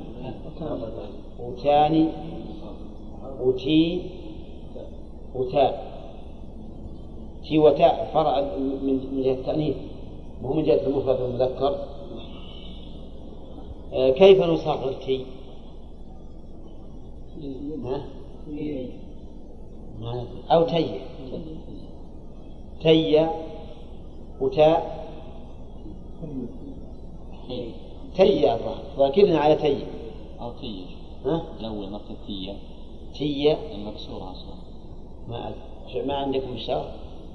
وتاني وتي وتاء. تي وتاء فرع من جهة التأنيث وهو من جهة المفرد والمذكر. آه كيف نصغر تي؟ أو تي، تي وتاء تي الظاهر، وأكدنا على تي أو تي. ها؟ الأول مرة تي تي المكسورة أصلا. ما ما عندكم الشرح؟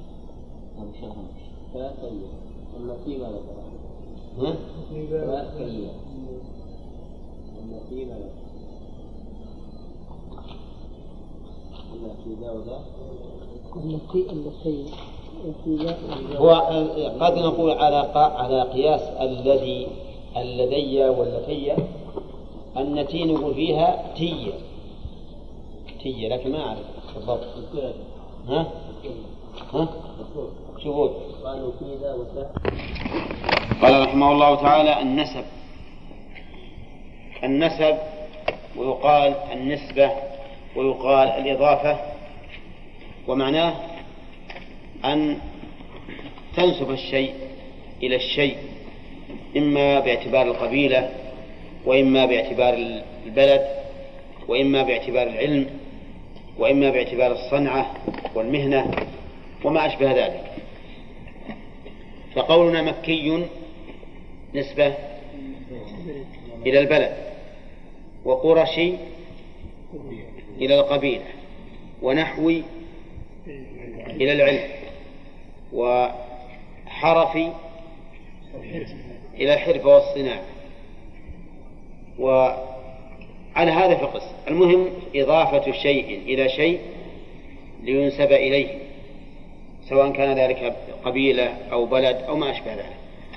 لا تي أما تي ما لا. ها؟ لا تي أما تي ما لا. أما تي ذا وذا. أما تي أما تي. هو قد نقول على على قياس الذي اللذي واللتي أن تي نقول فيها تي تي، لكن ما أعرف بالضبط. ها ها شوفوا قالوا كذا وذا. قال رحمه الله تعالى النسب، النسب ويقال النسبة ويقال الإضافة، ومعناه أن تنسب الشيء إلى الشيء إما باعتبار القبيلة وإما باعتبار البلد وإما باعتبار العلم وإما باعتبار الصنعة والمهنة وما أشبه ذلك. فقولنا مكي نسبة إلى البلد، وقرشي إلى القبيلة، ونحوي إلى العلم، وحرفي إلى الحرفة والصناعة. وعلى هذا فقس. المهم إضافة شيء إلى شيء لينسب إليه، سواء كان ذلك قبيلة أو بلد أو ما أشبه ذلك.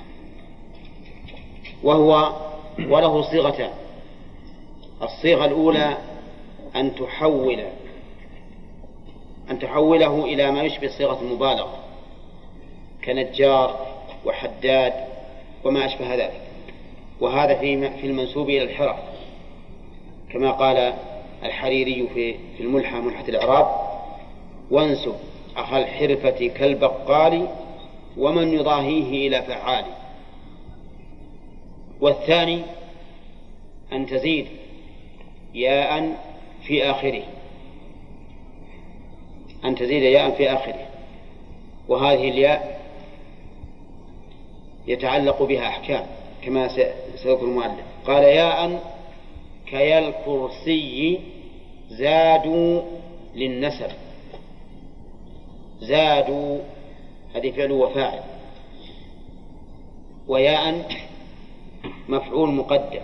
وهو وله صيغتان. الصيغة الأولى أن تحول أن تحوله إلى ما يشبه صيغة المبالغة كنجار وحداد وما أشبه ذلك، وهذا في المنسوب إلى الحرف، كما قال الحريري في في الملحة ملحة الإعراب: وانسب أخا الحرفة كالبقال ومن يضاهيه إلى فعال. والثاني أن تزيد ياء في آخره، أن تزيد ياء في آخره، وهذه الياء يتعلق بها أحكام كما سيذكر المؤلف. قال: ياء كيا الكرسي زادوا للنسب. زادوا هذه فعل وفاعل، وياء مفعول مقدم.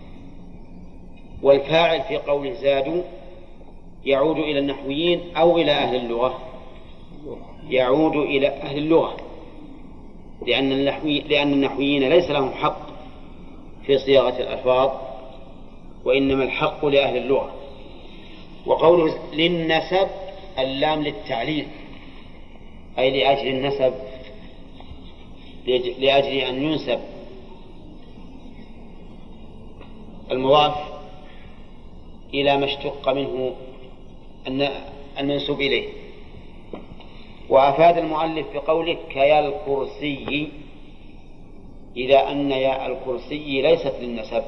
والفاعل في قوله زادوا يعود إلى النحويين أو إلى أهل اللغة؟ يعود إلى أهل اللغة، لأن النحوي لأن النحويين ليس لهم حق في صياغة الألفاظ، وإنما الحق لأهل اللغة. وقوله للنسب اللام للتعليل، أي لأجل النسب، لأجل أن ينسب المضاف إلى ما اشتق منه المنسوب إليه. وأفاد المؤلف بقوله كيا الكرسي إذا أن يا الكرسي ليست للنسب،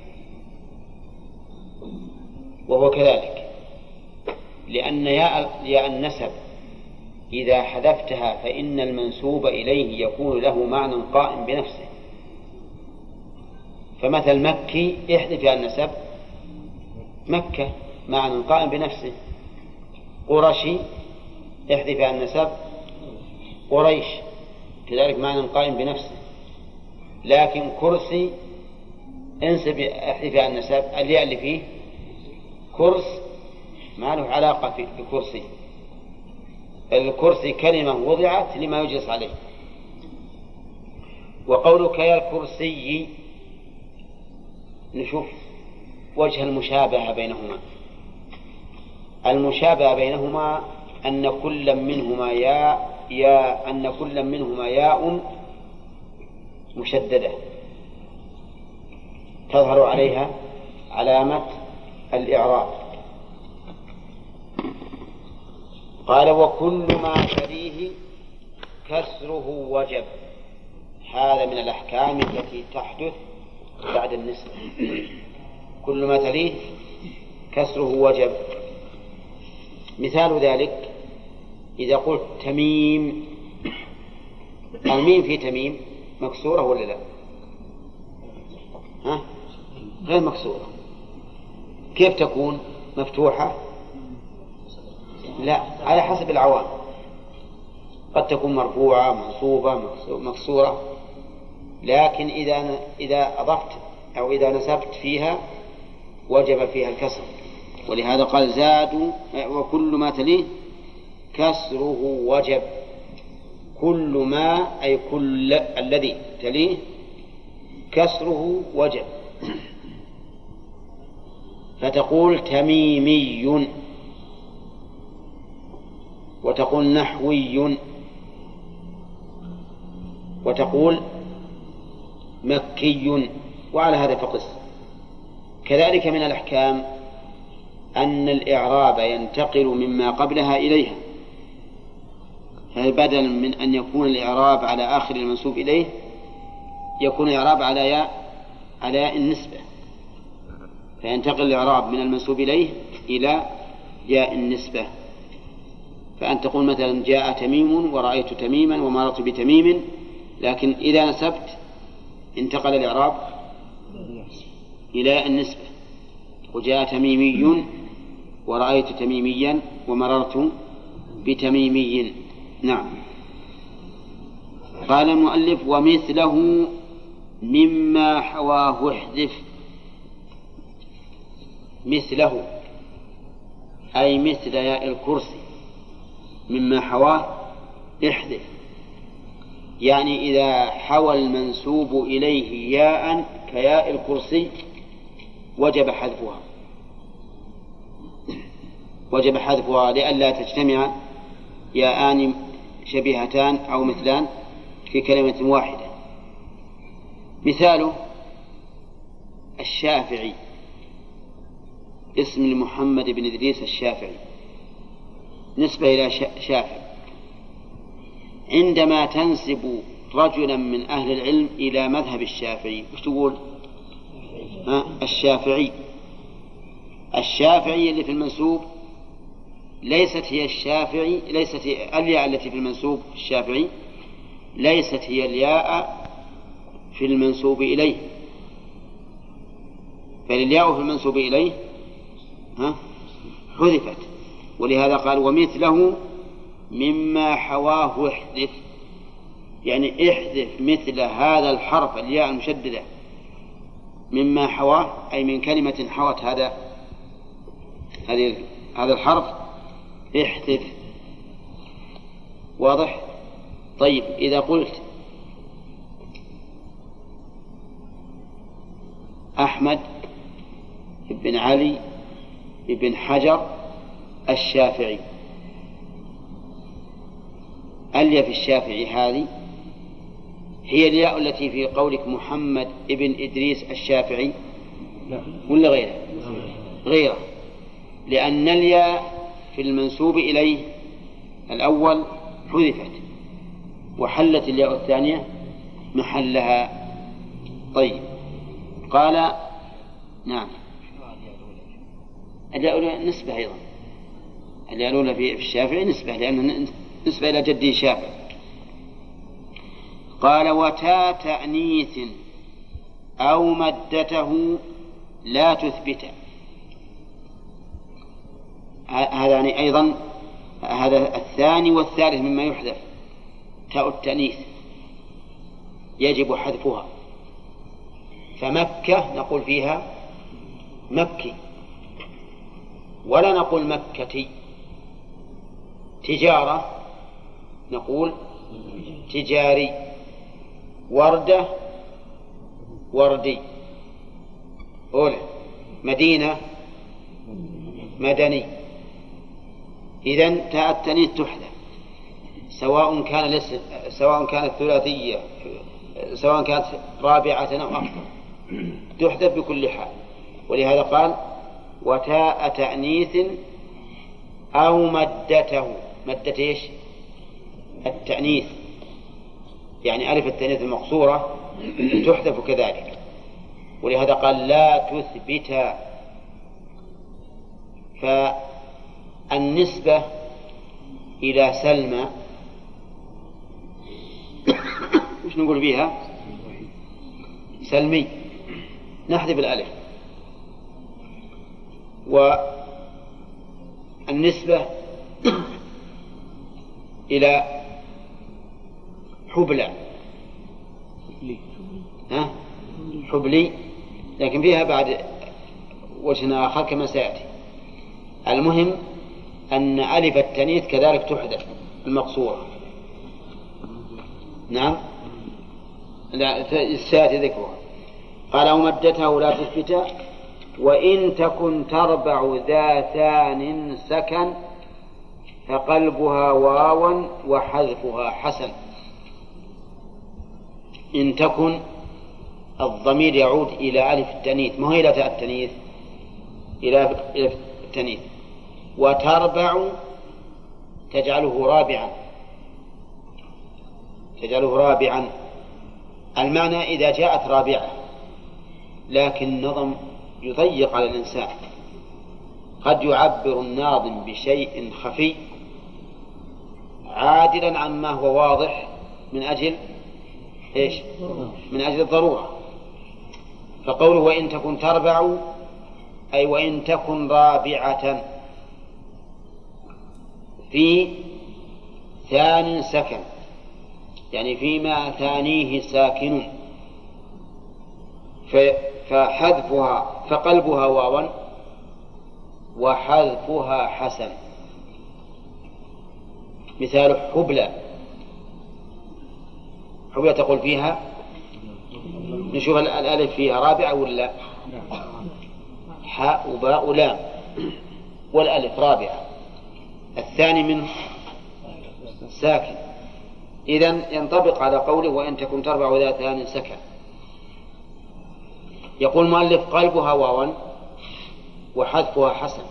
وهو كذلك، لأن يا النسب إذا حذفتها فإن المنسوب إليه يكون له معنى قائم بنفسه. فمثل مكي احذف يا النسب مكة، معنى قائم بنفسه. قرشي احذف يا النسب قريش، كذلك معنى قائم بنفسه. لكن كرسي انسب احذف النسب الياء اللي فيه كرس ما له علاقة بكرسي. الكرسي كلمة وضعت لما يجلس عليه. وقولك يا الكرسي نشوف وجه المشابهة بينهما. المشابهة بينهما أن كل منهما ياء يا أن كل منهما ياء مشددة تظهر عليها علامة الإعراب. قال وكل ما تليه كسره وجب. هذا من الأحكام التي تحدث بعد النسبة. كل ما تليه كسره وجب. مثال ذلك إذا قلت تميم، الميم في تميم مكسورة ولا لا؟ ها؟ غير مكسورة. كيف تكون مفتوحة؟ لا، على حسب العوام، قد تكون مرفوعة منصوبة مكسورة، لكن إذا إذا أضفت أو إذا نسبت فيها وجب فيها الكسر. ولهذا قال زادوا وكل ما تليه كسره وجب. كل ما أي كل الذي تليه كسره وجب. فتقول تميمي وتقول نحوي وتقول مكي، وعلى هذا فقس. كذلك من الأحكام أن الإعراب ينتقل مما قبلها إليها، فبدلا من أن يكون الإعراب على آخر المنسوب إليه يكون الإعراب على ياء على ياء النسبة، فينتقل الإعراب من المنسوب إليه إلى ياء النسبة. فأن تقول مثلا جاء تميم ورأيت تميما ومررت بتميم، لكن إذا نسبت انتقل الإعراب إلى النسبة، وجاء تميمي ورأيت تميميا ومررت بتميمي. نعم. قال المؤلف ومثله مما حواه احذف. مثله أي مثل ياء الكرسي مما حواه احذف، يعني إذا حوى المنسوب إليه ياء كياء الكرسي وجب حذفها وجب حذفها لئلا تجتمع ياءان شبيهتان أو مثلان في كلمة واحدة. مثاله الشافعي، اسم محمد بن إدريس الشافعي، نسبة إلى شافعي. عندما تنسب رجلا من أهل العلم إلى مذهب الشافعي وش تقول؟ ها؟ الشافعي. الشافعي اللي في المنسوب ليست هي الشافعي ليست هي الياء التي في المنسوب الشافعي ليست هي الياء في المنسوب إليه، فالياء في المنسوب إليه ها حذفت. ولهذا قال ومثله مما حواه احذف، يعني احذف مثل هذا الحرف الياء المشددة مما حواه أي من كلمة حوت هذا هذه هذا الحرف احذف. واضح؟ طيب إذا قلت أحمد بن علي بن حجر الشافعي، الياء في الشافعي هذه هي الياء التي في قولك محمد ابن إدريس الشافعي ولا غيره؟ غيره، لأن الياء في المنسوب إليه الأول حذفت وحلت الياء الثانية محلها. طيب قال نعم الياء الأولى نسبة أيضا، الياء الأولى في الشافعي نسبة لأنها نسبة إلى جده الشافعي. قال وتا تأنيث أو مدته لا تثبت. هذا يعني أيضا هذا الثاني والثالث مما يحذف. تاء التأنيث يجب حذفها، فمكة نقول فيها مكي، ولا نقول مكتي. تجارة نقول تجاري، وردة وردي، أولى مدينة مدني. إذن تاء التأنيث تحذف، سواء كان لس... سواء كانت ثلاثية، سواء كانت رابعة أو أكثر، تحذف بكل حال. ولهذا قال وتاء تأنيث أو مدته. مدة إيش؟ التأنيث، يعني ألف التأنيث المقصورة تحذف كذلك. ولهذا قال لا تثبت. فالنسبة إلى سلمى وش نقول بها؟ سلمي، نحذف الألف. والنسبة إلى حبلى، ها؟ حبلي، لكن فيها بعد وجه آخر كما سيأتي. المهم أن ألف التأنيث كذلك تحذف المقصورة. نعم، لا سيأتي ذكرها. قال ومدته لا تثبت. وإن تكن تربع ذا ثان سكن فقلبها واوا وحذفها حسن. إن تكن الضمير يعود إلى ألف التأنيث، ما هو إلى تاء التأنيث، إلى التأنيث. وتربع تجعله رابعا، تجعله رابعا. المعنى إذا جاءت رابعة، لكن النظم يضيق على الإنسان. قد يعبر الناظم بشيء خفي عادلا عما هو واضح من أجل إيش؟ من أجل الضرورة. فقوله وإن تكن تربع أي وإن تكن رابعة في ثان سكن، يعني فيما ثانيه ساكن، فحذفها فقلبها واوا وحذفها حسن. مثال حبلى، حبلى تقول فيها، نشوف الألف فيها رابعة ولا حاء وباء ولام، والألف رابعة، الثاني منه ساكن. إذن ينطبق على قوله وإن تكن تربع ذات ثان سكن. يقول مؤلف قلبها واوا وحذفها حسن،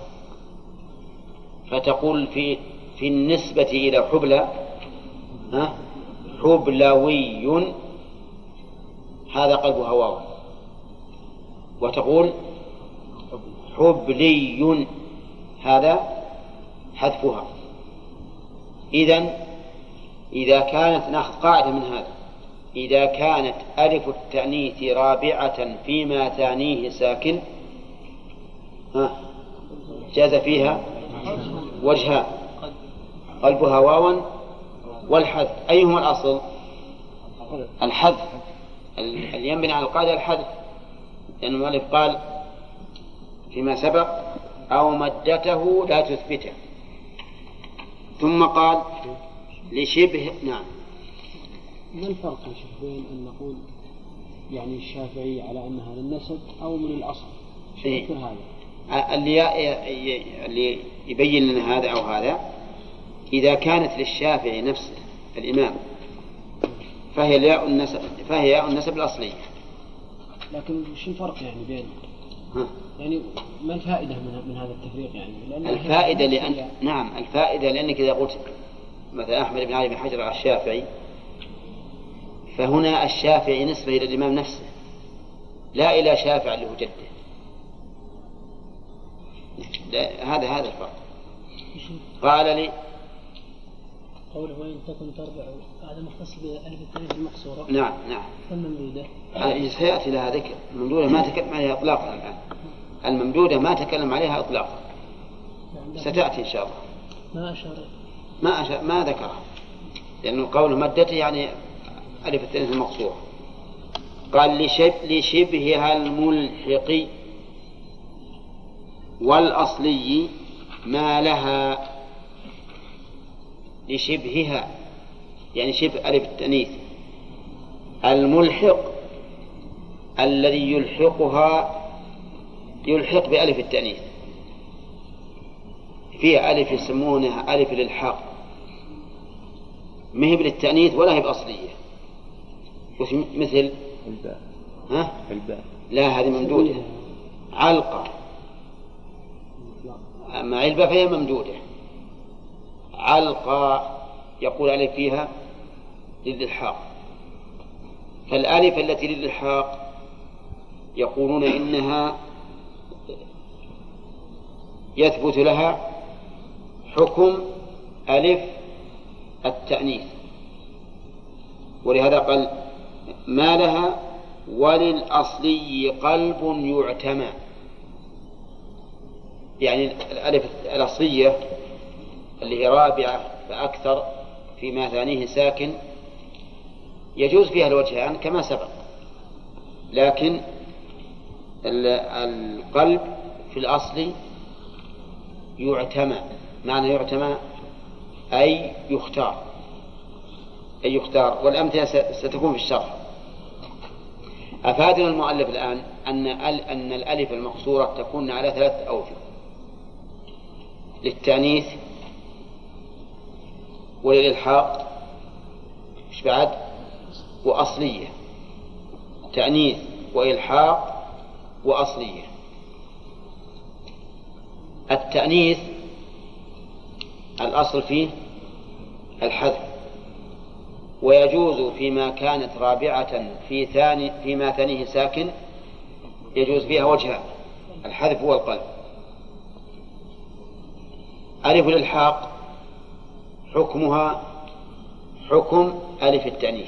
فتقول في في النسبة إلى حبلى ها حبلوي، هذا قلبها واوا. وتقول حبلي، هذا حذفها. إذن إذا كانت، نأخذ قاعدة من هذا، إذا كانت ألف التأنيث رابعة فيما ثانيه ساكن ها جاز فيها وجهان، قلبها واوا والحذف. أيهما الأصل؟ الحذف. اللي ينبني على القاعدة الحذف، لأن المؤلف قال فيما سبق أو مدته لا تثبته، ثم قال لشبه. نعم. ما الفرق يا شيخ بين أن نقول يعني الشافعي على أنها للنسب أو من الأصل؟ إيه؟ هذا اللي اللي يبين لنا هذا أو هذا، إذا كانت للشافعي نفسه الإمام فهي ياء النسب، فهي ياء النسب الأصلية. لكن شو الفرق يعني بين ها؟ يعني ما الفائدة من من هذا التفريق يعني؟ لأن الفائدة لأن نعم الفائدة لأنك إذا قلت مثلا أحمد بن علي بن حجر على الشافعي، فهنا الشافعي نسبة إلى الإمام نفسه لا إلى شافع له جده. هذا هذا الفرق. قال لي قوله وإن تكن تربع، هذا مختص بألف التأنيث المقصورة. نعم نعم. فالممدودة سيأتي لها ذكر. الممدودة ما تكلم عليها إطلاقا الآن. الممدودة ما تكلم عليها إطلاقا، ستأتي إن شاء الله. ما أشار ما أشار ما ذكرها، لأنه قوله مدته يعني ألف التأنيث المقصورة. قال لشب لشبهها الملحق والأصلي ما لها. لشبهها يعني شبه ألف التأنيث، الملحق الذي يلحقها يلحق بألف التأنيث، فيها ألف يسمونها ألف الإلحاق، ما هي بالتأنيث ولا هي بأصلية، مثل الباء. ها؟ الباء لا هذه ممدودة. علقة مع علبة فهي ممدودة. علقة يقول ألف فيها للإلحاق، فالألف التي للإلحاق يقولون إنها يثبت لها حكم ألف التأنيث، ولهذا قال ما لها وللأصلي قلب يعتمى، يعني الألف الأصلية اللي هي رابعة فأكثر فيما ثانيه ساكن يجوز فيها الوجهان كما سبق، لكن القلب في الأصل يعتمى. معنى يعتمى أي يختار، أي يختار، والأمثلة ستكون في الشرح. أفادنا المؤلف الآن أن أن الألف المقصورة تكون على ثلاثة أوجه: للتأنيث وللإلحاق إيش بعد؟ وأصلية. تأنيث وإلحاق وأصلية. التأنيث الأصل فيه الحذف، ويجوز فيما كانت رابعة في ثاني فيما ثانيه ساكن يجوز فيها وجهان: الحذف والقلب. ألف الإلحاق حكمها حكم ألف التأنيث،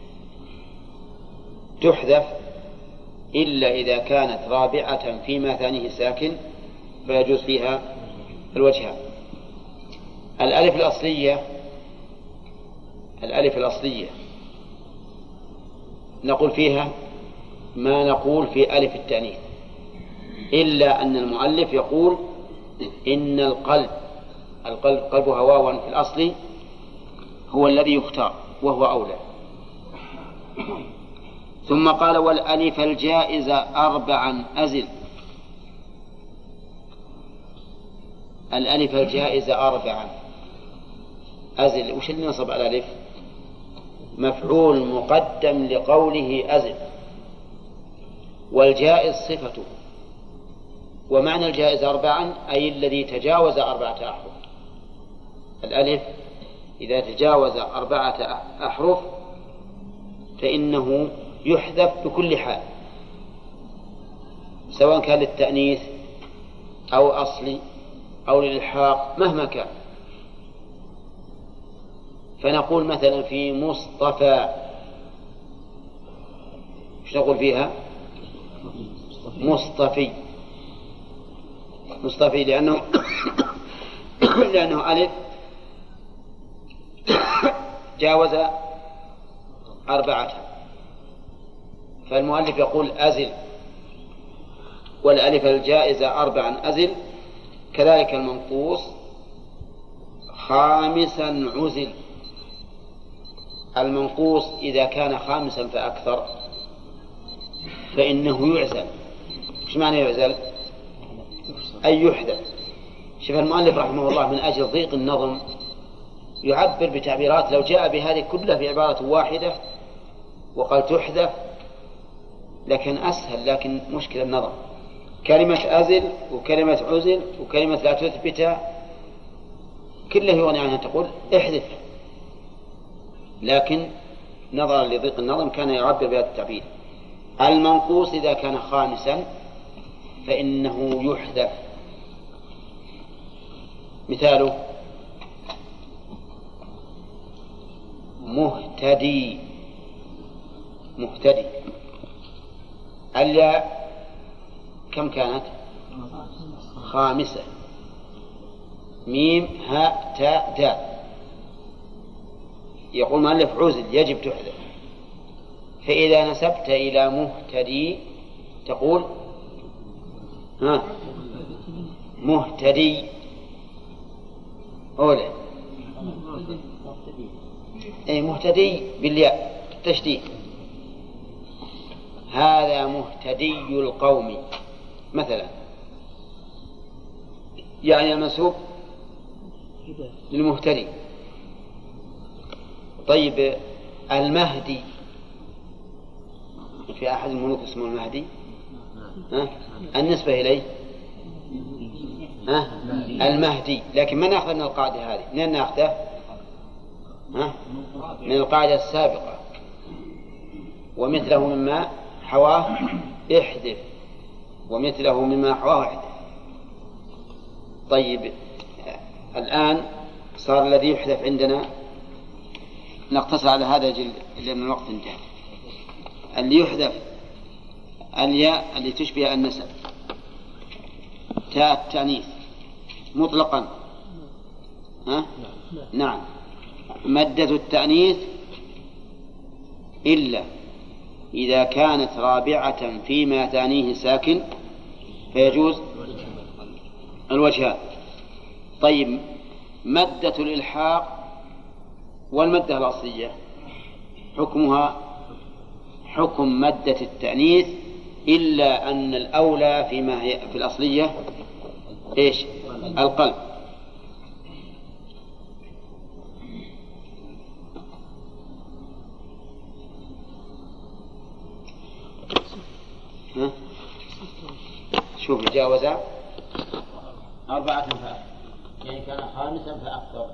تحذف إلا إذا كانت رابعة فيما ثانيه ساكن فيجوز فيها الوجهان. الألف الأصلية الألف الأصلية نقول فيها ما نقول في ألف التأنيث، إلا أن المؤلف يقول إن القلب القلب قلبها واوا في الأصل هو الذي يختار وهو أولى. ثم قال والألف الجائزة أربعا أزل. الألف الجائزة أربعا أزل، وش اللي نصب على الألف؟ مفعول مقدم لقوله أزل، والجائز صفته. ومعنى الجائز أربعا أي الذي تجاوز أربعة أحرف. الألف إذا تجاوز أربعة أحرف فإنه يحذف بكل حال، سواء كان للتأنيث أو أصلي أو للإلحاق مهما كان. فنقول مثلا في مصطفى ايش نقول فيها؟ مصطفي. مصطفي لأنه لأنه ألف جاوز أربعة، فالمؤلف يقول أزل، والألف الجائزة أربعا أزل. كذلك المنقوص خامسا عزل. المنقوص إذا كان خامسا فأكثر فإنه يعزل. ايش معنى يعزل؟ أي يحذف. شوف المؤلف رحمه الله من أجل ضيق النظم يعبر بتعبيرات لو جاء بهذه كلها في عبارة واحدة وقال تحذف لكن أسهل، لكن مشكلة النظم. كلمة أزل وكلمة عزل وكلمة لا تثبت كلها يغني عنها تقول احذف، لكن نظرا لضيق النظم كان يعبر بهذا التعبير. المنقوص إذا كان خامسا فإنه يحذف. مثاله مهتدي. مهتدي الياء كم كانت؟ خامسة. ميم هاء تاء دال. يقول مؤلف عزل يجب تحذف. فإذا نسبت إلى مهتدي تقول ها مهتدي أولى أي مهتدي بالياء التشديد. هذا مهتدي القوم مثلا، يعني المنسوب للمهتدي. طيب المهدي، في أحد الملوك اسمه المهدي ها؟ النسبة إليه ها؟ المهدي، لكن من أخذ من القاعدة هذه؟ من نأخذه؟ ها؟ من القاعدة السابقة، ومثله مما حواه احذف، ومثله مما حواه احذف. طيب الآن صار الذي يحذف عندنا، نقتصر على هذا جل لأن الوقت انتهى. اللي يحذف الياء اللي تشبه النسب، تاء التأنيث مطلقا ها؟ نعم. مادة التأنيث إلا إذا كانت رابعة فيما ثانيه ساكن فيجوز الوجهان. طيب مادة الإلحاق والمادة الأصلية حكمها حكم مادة التأنيث، إلا أن الأولى فيما هي في الأصلية إيش؟ القلب. ها؟ شوف جاوز أربعة فأكثر، يعني كان خامسا فأكثر.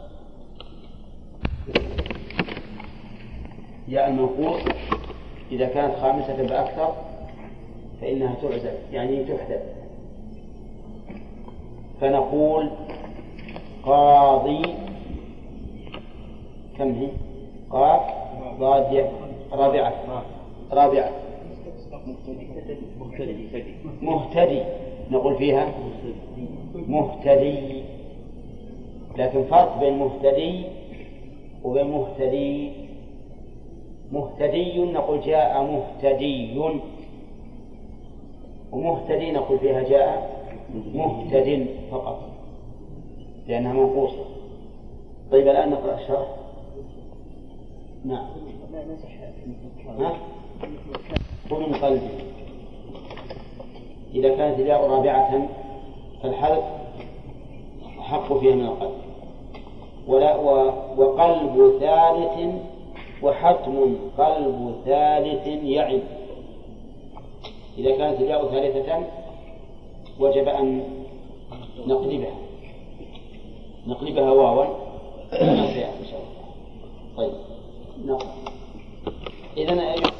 ياء المنقوص إذا كانت خامسة فأكثر فإنها تعزل، يعني تحذف. فنقول قاضي كم هي؟ قاف ضاد رابعة رابعة مهتدي، نقول فيها مهتدي. لكن فرق بين مهتدي وبين مهتدي. مهتدي نقول جاء مهتدي، ومهتدي نقول فيها جاء مهتد فقط لأنها منقوصة. طيب الآن نقرأ الشرح. نعم. ها؟ ومن قلبي إذا كانت الياء رابعة فالحذف أحق فيها من القلب. ولا وقلب ثالث وحتم قلب ثالث يعد. إذا كانت الياء ثالثة وجب أن نقلبها نقلبها واوا كما سيأتي إن شاء الله. طيب نقل إذن النسب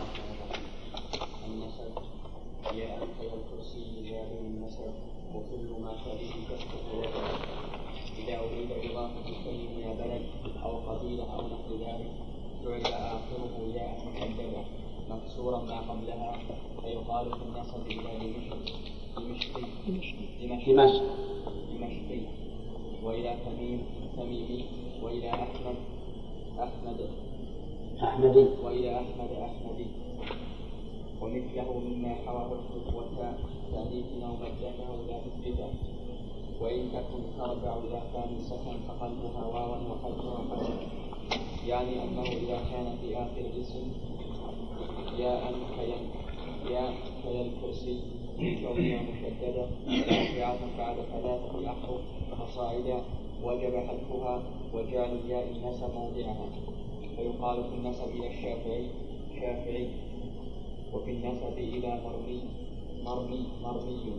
يا أنت الكرسي جاء من النسب وكل ما تليه تسقط إذا أريد إضافة الكلم إلى بلد أو قبيلة أو نحو ذلك جعل آخره ياء مكدرة مكسورا ما قبلها فيقال في النسب إلى دمشقي دمشقي دمشقي وإلى تميم تميمي وإلى أحمد أحمد أحمدي وإلى أحمد أحمدي. ومثله مما حواه والتاء تأنيث أو مدته لا تثبته، وإن تكن ترجع إلى خامسة فقلبها واوا وقلبها قلب، يعني أنه إذا كان في آخر الاسم ياء ياء كالكرسي كونها مشددة رافعة بعد ثلاثة أحرف فصاعدا وجب حذفها وجعل الياء النسب موضعها. فيقال في النسب إلى الشافعي شافعي، وفي النسب إلى مرمي مرمي مرمي.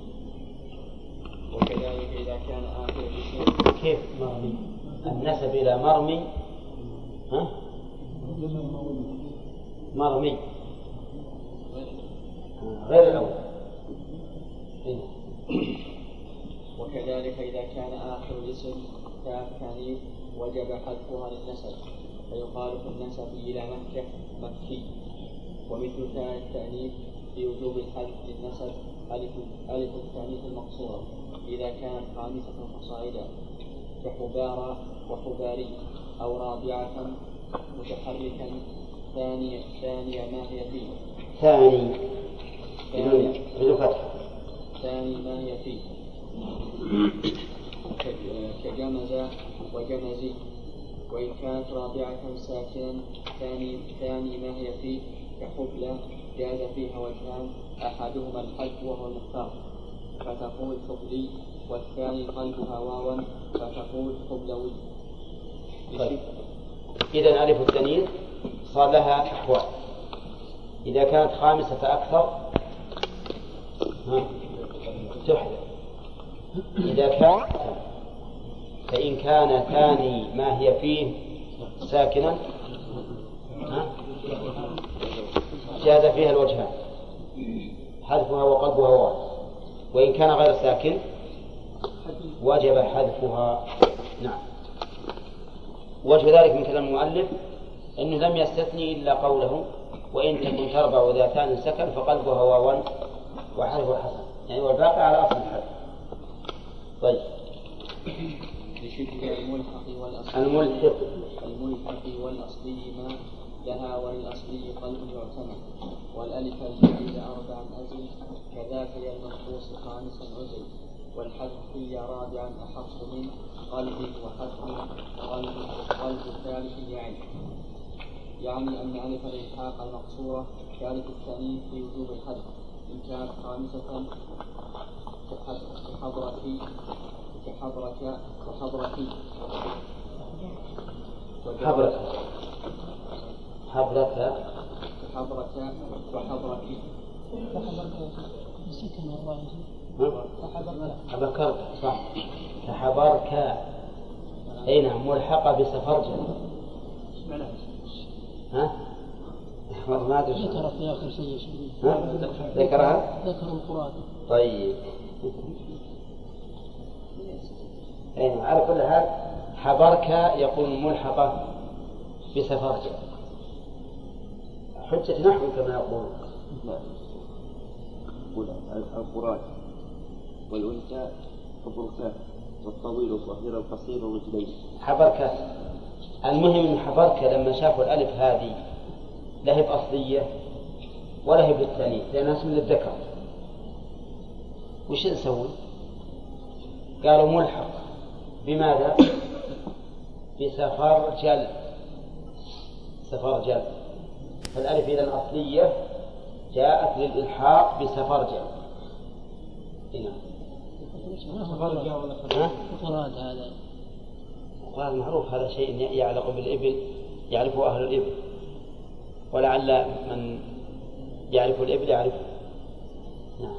وكذلك إذا كان آخر الاسم كيف مرمي؟ النسب إلى مرمي ها؟ مرمي غير الأول. وكذلك إذا كان آخر الاسم تاء التأنيث وجب حذفها للنسب، فيقال في النسب إلى مكة مكي. ومثل تاء التأنيث بوجوب الحذف للنسب ألف ألف التأنيث المقصورة إذا كانت خامسة فصاعدا كحبارى وحباري، أو رابعة متحركا ثانية ثانية ما هي فيه ثاني ثاني بدون فتح ثاني ما هي فيه كجمز وجمزي. وإن كانت رابعة ساكنا ثاني ثاني ما هي فيه كحبلى جاز فيها وجهان أحدهما الحذف وهو المختار فتقول حبلي، والثاني قلبها واوا فتقول حبلوي. طيب. إذا ألف التأنيث صار لها أحوال. إذا كانت خامسة فأكثر تحذف. إذا كان فإن كان ثاني ما هي فيه ساكنا جاز فيها الوجهان حذفها وقلبها واو. وإن كان غير ساكن وجب حذفها. نعم. وجه ذلك من كلام المؤلف أنه لم يستثني إلا قوله وإن تكن تربع ذاتان سكن فقلبها واوا وحذفها حسن، يعني والباقي على أصل الحذف. طيب. لشبه الملحق والأصلي الملحق الملحق والأصلي ما لها وللأصلي قلب يعتمد. والألف الجديد أربعا أزل كذاك يا المنقوص خامسا عزل. والحذف في رابعا أحق من قلب وحذف قلب قلب ثالث يعني يعني أن ألف الإلحاق المقصورة ثالث التأنيث في وجوب الحذف إن كانت خامسة كحضرتي كحضرك وحضرتي حضرك حضرك كحضرك وحضرك حبكرك صح. كحبرك أي نعم ملحقة بسفرجة. ها؟ ما أدري. ذكر في آخر شيء. ذكرها؟ ذكر القرآن. طيب. أي نعم. على كل حال حبرك يكون ملحقة بسفرجة. حجة نحو كما يقول. القرآن والأنثى حبرك والطويل الصغير القصير والرجلين. حبرك المهم من حبرك لما شافوا الألف هذه لهب أصلية ولهب للتانيث لأنها اسم للذكر. وش نسوي؟ قالوا ملحق بماذا؟ بسفرجل. سفرجل. فالألف إذن أصلية جاءت للإلحاق بسفرجل. هنا سفرجل ولا فراد هذا؟ قال معروف هذا شيء يعلق بالإبل يعرفه أهل الإبل، ولعل من يعرف الإبل يعرفه. نعم.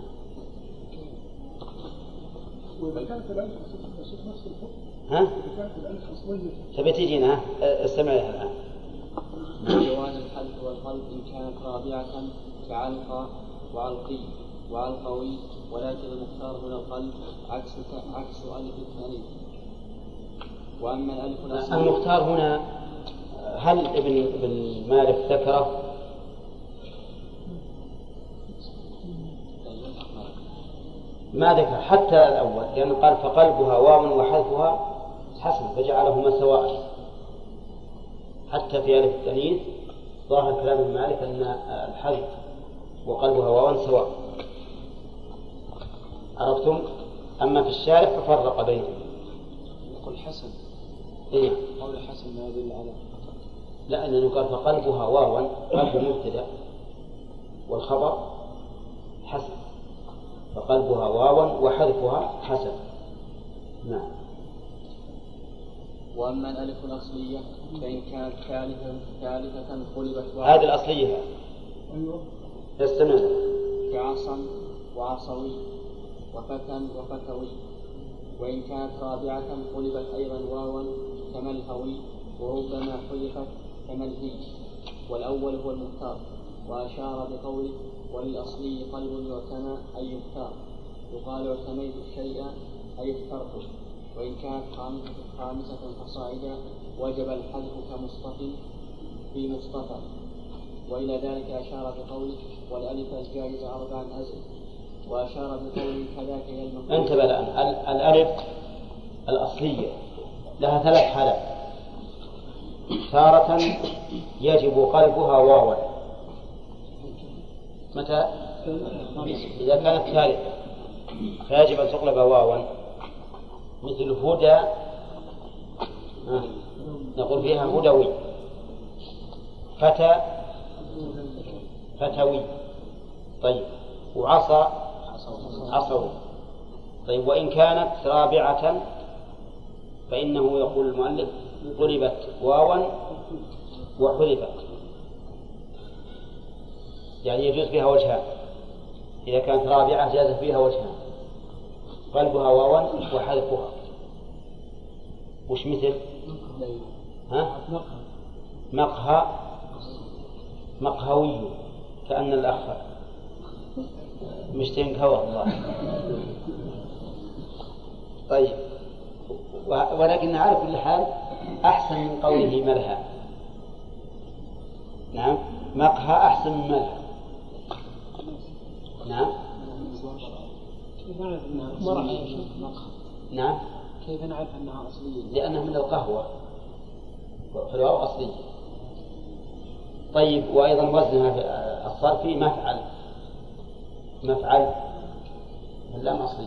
وإذا كانت الألف نفس الحكم. ها؟ إذا كانت الألف أصلية. تبي تجينا استمع لها الآن. جواز الحذف والقلب إن كانت رابعة كعلقة وعلقي وعلقوي. ولكن المختار من القلب عكس عكس ألف التأنيث. وأما الألف الأصلية المختار هنا هل ابن ابن مالك ذكره؟ ما ذكر حتى الأول لأنه قال فقلبها واو وحذفها حسن فجعلهما سواء. حتى في ألف التأنيث ظاهر كلام ابن مالك أن الحذف وقلبها واو سواء. عرفتم؟ أما في الشارع ففرق بينهم. يقول حسن. إيه؟ قول حسن ما يدل على لا أنه قال فقلبها واوا قلب مبتدأ والخبر حسن فقلبها واوا وحذفها حسن. نعم. وأما الألف الأصلية فإن كانت ثالثة ثالثة قلبت هذه الأصلية. أيوه. استمع. كعصا وعصوي وفتى وفتوي. وإن كانت رابعة قلبت أيضا واوا كملهوي وربما حذفت كملهي. والأول هو المختار. وأشار بقوله وللأصلي قلب يعتنى أي يختار. يقال اعتنيت الشيء أي اخترته. وإن كانت خامسة فصاعدا وجب الحذف كمصطفى في مصطفى. وإلى ذلك أشار بقوله والألف الجائز أربعا أزل. وأشار بقوله كذاك يا المنقوص. انتبه الآن الألف الأصلية لها ثلاث حالات. تارة يجب قلبها واوا. متى؟ إذا كانت ثالثة فيجب أن تقلب واوا، مثل هدى نقول فيها هدوي، فتى فتوي. طيب، وعصى عصوي. طيب، وإن كانت رابعة فإنه يقول المؤلف قلبت واوا وحذفت، يعني يجوز فيها وجهان. إذا كانت رابعة جاز فيها وجهان، قلبها واوا وحذفها. وش مثل؟ ها؟ مقهى مقهوي، كأن الأخ مشتين كوى الله. طيب، ولكن على كل حال أحسن من قوله ملهى. نعم، مقهى أحسن من ملهى. نعم. كيف نعرف أنها أصلية؟ نعم. كيف نعرف أنها أصلية؟ لأنها من القهوة، فالواو أصلية. طيب، وأيضا وزنها في الصرفي مفعل مفعل اللام أصلية.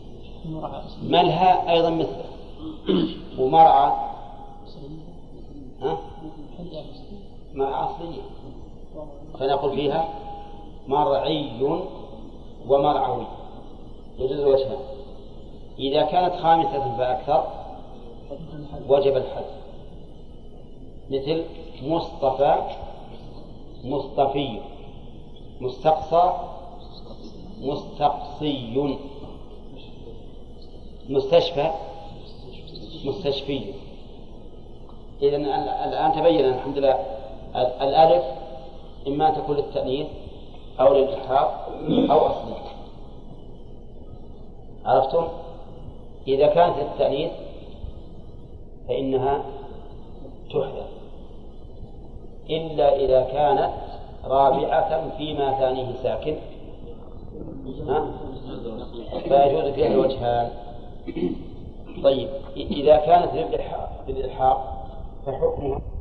ملهى أيضا مثله. ومرعى ها؟ مرعى أصلية، فنقول فيها مرعي ومرعوي، يجوز الوجهان. إذا كانت خامسة فأكثر وجب الحذف، مثل مصطفى مصطفي، مستقصى مستقصي، مستشفى مستشفي. إذن الآن تبين الحمد لله الألف إما أن تكون للتأنيث أو للإلحاق أو أصلي. عرفتم؟ إذا كانت للتأنيث فإنها تحذف، إلا إذا كانت رابعة فيما ثانيه ساكن، فيجوز فيها الوجهان. طيب، إذا كانت للإلحاق فحكمها